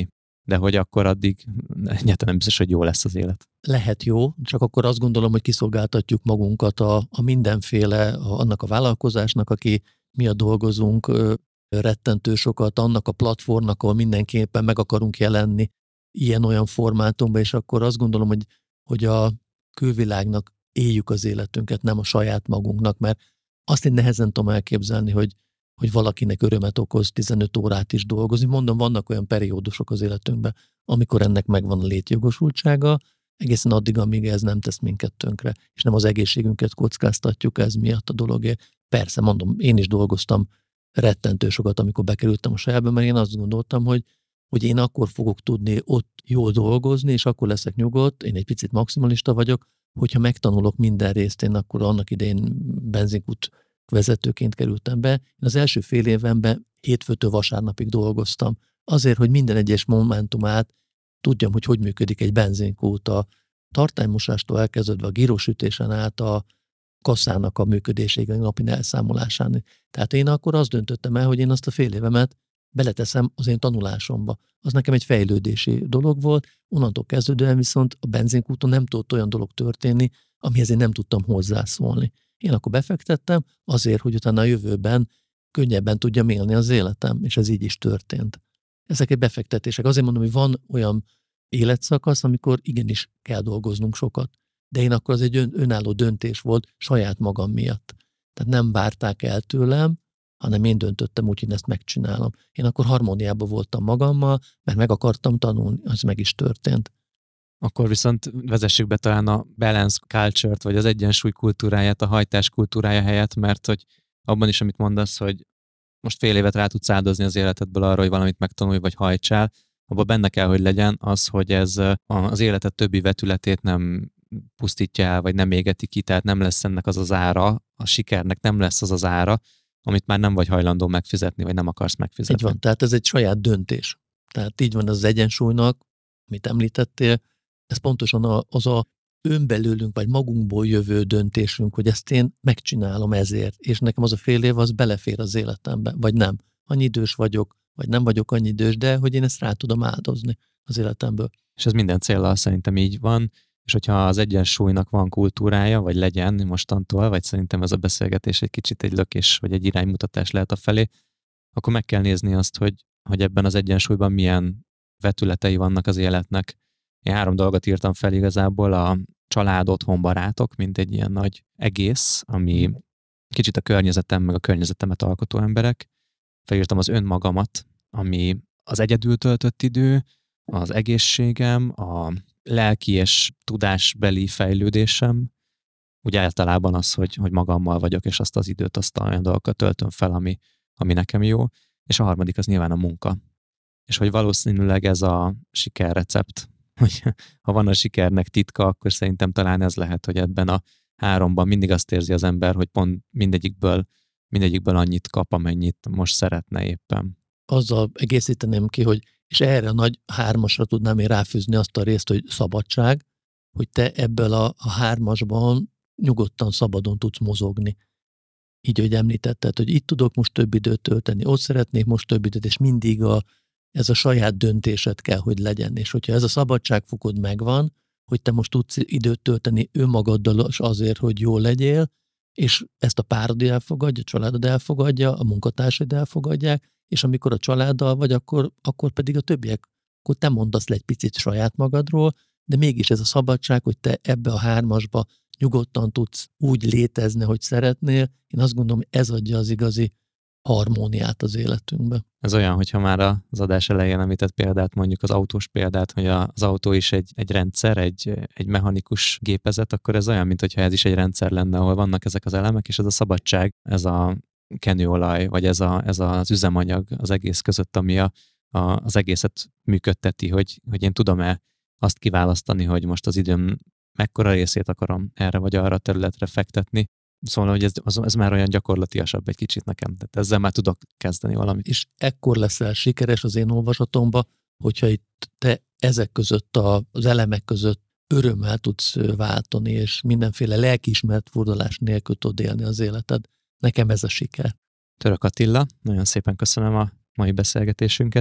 de hogy akkor addig egyáltalán nem biztos, hogy jó lesz az élet. Lehet jó, csak akkor azt gondolom, hogy kiszolgáltatjuk magunkat a, a mindenféle, a, annak a vállalkozásnak, aki miatt dolgozunk, ö, rettentő sokat, annak a platformnak, ahol mindenképpen meg akarunk jelenni ilyen-olyan formátumban, és akkor azt gondolom, hogy, hogy a külvilágnak éljük az életünket, nem a saját magunknak, mert azt én nehezen tudom elképzelni, hogy, hogy valakinek örömet okoz tizenöt órát is dolgozni. Mondom, vannak olyan periódusok az életünkben, amikor ennek megvan a létjogosultsága, egészen addig, amíg ez nem tesz minket tönkre, és nem az egészségünket kockáztatjuk ez miatt a dologért. Persze, mondom, én is dolgoztam rettentő sokat, amikor bekerültem a sajátba, mert én azt gondoltam, hogy, hogy én akkor fogok tudni ott jól dolgozni, és akkor leszek nyugodt, én egy picit maximalista vagyok, hogyha megtanulok minden részt, én akkor annak idején benzinkút vezetőként kerültem be. Én az első fél évenben hétfőtől vasárnapig dolgoztam, azért, hogy minden egyes momentumát tudjam, hogy hogy működik egy benzinkút, a tartálymosástól elkezdődve a gírósütésen át a kasszának a működéséig, a napi elszámolásán. Tehát én akkor azt döntöttem el, hogy én azt a fél évemet beleteszem az én tanulásomba. Az nekem egy fejlődési dolog volt, onnantól kezdődően viszont a benzinkúton nem tudott olyan dolog történni, amihez én nem tudtam hozzászólni. Én akkor befektettem azért, hogy utána a jövőben könnyebben tudjam élni az életem, és ez így is történt. Ezek egy befektetések. Azért mondom, hogy van olyan életszakasz, amikor igenis kell dolgoznunk sokat. De én akkor az egy ön, önálló döntés volt saját magam miatt. Tehát nem várták el tőlem, hanem én döntöttem úgy, hogy ezt megcsinálom. Én akkor harmóniában voltam magammal, mert meg akartam tanulni, az meg is történt. Akkor viszont vezessük be talán a balance culture-t, vagy az egyensúly kultúráját, a hajtás kultúrája helyett, mert hogy abban is, amit mondasz, hogy most fél évet rá tudsz áldozni az életedből arra, hogy valamit megtanulj, vagy hajtsál, abban benne kell, hogy legyen az, hogy ez az életed többi vetületét nem pusztítja el, vagy nem égeti ki, tehát nem lesz ennek az az ára, a sikernek nem lesz az az ára, amit már nem vagy hajlandó megfizetni, vagy nem akarsz megfizetni. Így van, tehát ez egy saját döntés. Tehát így van az egyensúlynak, amit említettél, ez pontosan az a önbelőlünk, vagy magunkból jövő döntésünk, hogy ezt én megcsinálom ezért, és nekem az a fél év az belefér az életembe, vagy nem. Annyi idős vagyok, vagy nem vagyok annyi idős, de hogy én ezt rá tudom áldozni az életemből. És ez minden céllal szerintem így van, és hogyha az egyensúlynak van kultúrája, vagy legyen mostantól, vagy szerintem ez a beszélgetés egy kicsit egy lökés, vagy egy iránymutatás lehet a felé, akkor meg kell nézni azt, hogy, hogy ebben az egyensúlyban milyen vetületei vannak az életnek. Én három dolgot írtam fel igazából, a család, otthon, barátok, mint egy ilyen nagy egész, ami kicsit a környezetem, meg a környezetemet alkotó emberek. Felírtam az önmagamat, ami az egyedül töltött idő, az egészségem, a lelki és tudásbeli fejlődésem, úgy általában az, hogy, hogy magammal vagyok, és azt az időt, azt olyan dolgokat töltöm fel, ami, ami nekem jó. És a harmadik az nyilván a munka. És hogy valószínűleg ez a sikerrecept, hogy ha van a sikernek titka, akkor szerintem talán ez lehet, hogy ebben a háromban mindig azt érzi az ember, hogy pont mindegyikből, mindegyikből annyit kap, amennyit most szeretne éppen. Azzal egészíteném ki, hogy és erre a nagy hármasra tudnám én ráfűzni azt a részt, hogy szabadság, hogy te ebből a, a hármasban nyugodtan, szabadon tudsz mozogni. Így, hogy említetted, hogy itt tudok most több időt tölteni, ott szeretnék most több időt, és mindig a, ez a saját döntésed kell, hogy legyen. És hogyha ez a szabadságfokod megvan, hogy te most tudsz időt tölteni önmagaddal azért, hogy jól legyél, és ezt a párod elfogadja, a családod elfogadja, a munkatársaid elfogadják, és amikor a családdal vagy, akkor, akkor pedig a többiek, akkor te mondasz le egy picit saját magadról, de mégis ez a szabadság, hogy te ebbe a hármasba nyugodtan tudsz úgy létezni, hogy szeretnél, én azt gondolom, hogy ez adja az igazi harmóniát az életünkbe. Ez olyan, hogyha már az adás elején említett példát, mondjuk az autós példát, hogy az autó is egy, egy rendszer, egy, egy mechanikus gépezet, akkor ez olyan, mintha ez is egy rendszer lenne, ahol vannak ezek az elemek, és ez a szabadság, ez a kenőolaj, vagy ez, a, ez az üzemanyag az egész között, ami a, a, az egészet működteti, hogy, hogy én tudom-e azt kiválasztani, hogy most az időm mekkora részét akarom erre vagy arra a területre fektetni. Szóval, hogy ez, az, ez már olyan gyakorlatiasabb egy kicsit nekem. Tehát ezzel már tudok kezdeni valamit. És ekkor leszel sikeres az én olvasatomba, hogyha itt te ezek között, a, az elemek között örömmel tudsz váltani, és mindenféle lelkiismert furdalás nélkül tudod élni az életed. Nekem ez a siker. Török Attila, nagyon szépen köszönöm a mai beszélgetésünket.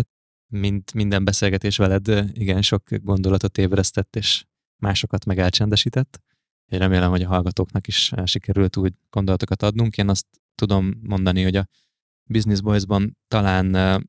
mint minden beszélgetés veled, igen, sok gondolatot ébresztett, és másokat meg elcsendesített. Én remélem, hogy a hallgatóknak is sikerült úgy gondolatokat adnunk. Én azt tudom mondani, hogy a Business Boys-ban talán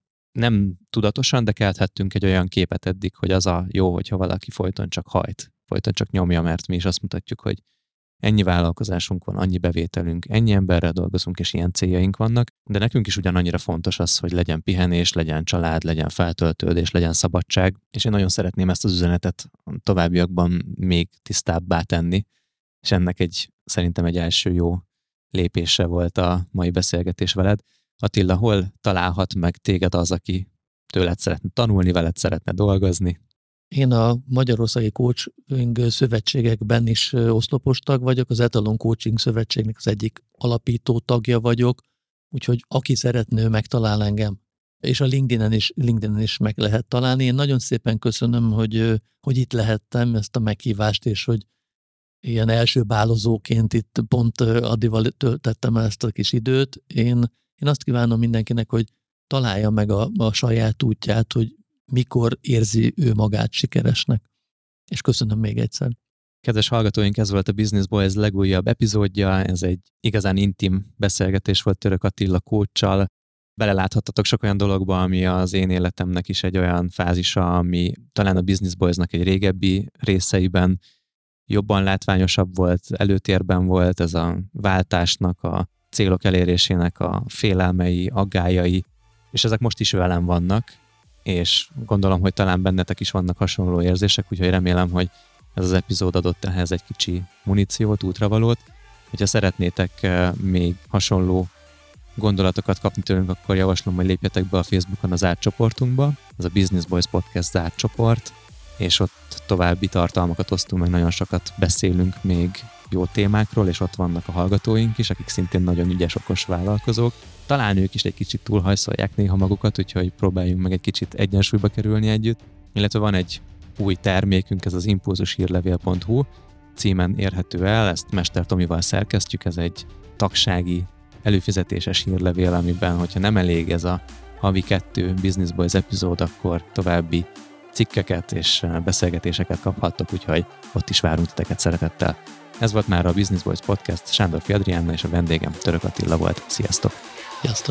nem tudatosan, de kelthettünk egy olyan képet eddig, hogy az a jó, hogyha valaki folyton csak hajt, folyton csak nyomja, mert mi is azt mutatjuk, hogy ennyi vállalkozásunk van, annyi bevételünk, ennyi emberrel dolgozunk, és ilyen céljaink vannak, de nekünk is ugyanannyira fontos az, hogy legyen pihenés, legyen család, legyen feltöltődés, legyen szabadság, és én nagyon szeretném ezt az üzenetet továbbiakban még tisztábbá tenni, és ennek egy, szerintem egy első jó lépése volt a mai beszélgetés veled. Attila, hol találhat meg téged az, aki tőled szeretne tanulni, veled szeretne dolgozni? Én a Magyarországi Coaching Szövetségekben is oszlopos tag vagyok, az Etalon Coaching Szövetségnek az egyik alapító tagja vagyok, úgyhogy aki szeretne, megtalál engem. És a LinkedIn-en is, LinkedIn-en is meg lehet találni. Én nagyon szépen köszönöm, hogy, hogy itt lehettem, ezt a meghívást, és hogy ilyen első bálozóként itt pont Adival töltettem el ezt a kis időt. Én, én azt kívánom mindenkinek, hogy találja meg a, a saját útját, hogy mikor érzi ő magát sikeresnek. És köszönöm még egyszer. Kedves hallgatóink, ez volt a Business Boys legújabb epizódja, ez egy igazán intim beszélgetés volt Török Attila coachsal. Beleláthattatok sok olyan dologba, ami az én életemnek is egy olyan fázisa, ami talán a Business Boysnak egy régebbi részeiben jobban látványosabb volt, előtérben volt, ez a váltásnak, a célok elérésének a félelmei, aggályai, és ezek most is velem vannak, és gondolom, hogy talán bennetek is vannak hasonló érzések, úgyhogy remélem, hogy ez az epizód adott ehhez egy kicsi muníciót, útravalót. Hogyha szeretnétek még hasonló gondolatokat kapni tőlünk, akkor javaslom, hogy lépjetek be a Facebookon az zárt csoportunkba, ez a Business Boys Podcast zárt csoport, és ott további tartalmakat osztunk, meg nagyon sokat beszélünk még jó témákról, és ott vannak a hallgatóink is, akik szintén nagyon ügyes, okos vállalkozók. Talán ők is egy kicsit túlhajszolják néha magukat, úgyhogy próbáljunk meg egy kicsit egyensúlyba kerülni együtt. Illetve van egy új termékünk, ez az impulzus hírlevél pont hu címen érhető el, ezt Mester Tomival szerkesztjük, ez egy tagsági előfizetéses hírlevél, amiben, hogyha nem elég ez a havi kettő Business Boys epizód, akkor további cikkeket és beszélgetéseket kaphattok, úgyhogy ott is várunk titeket szeretettel. Ez volt már a Business Boys Podcast, Sándorfi Adriánnal, és a vendégem Török Attila volt. Sziasztok! Sziasztok!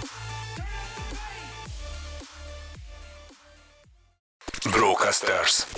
Brocasters.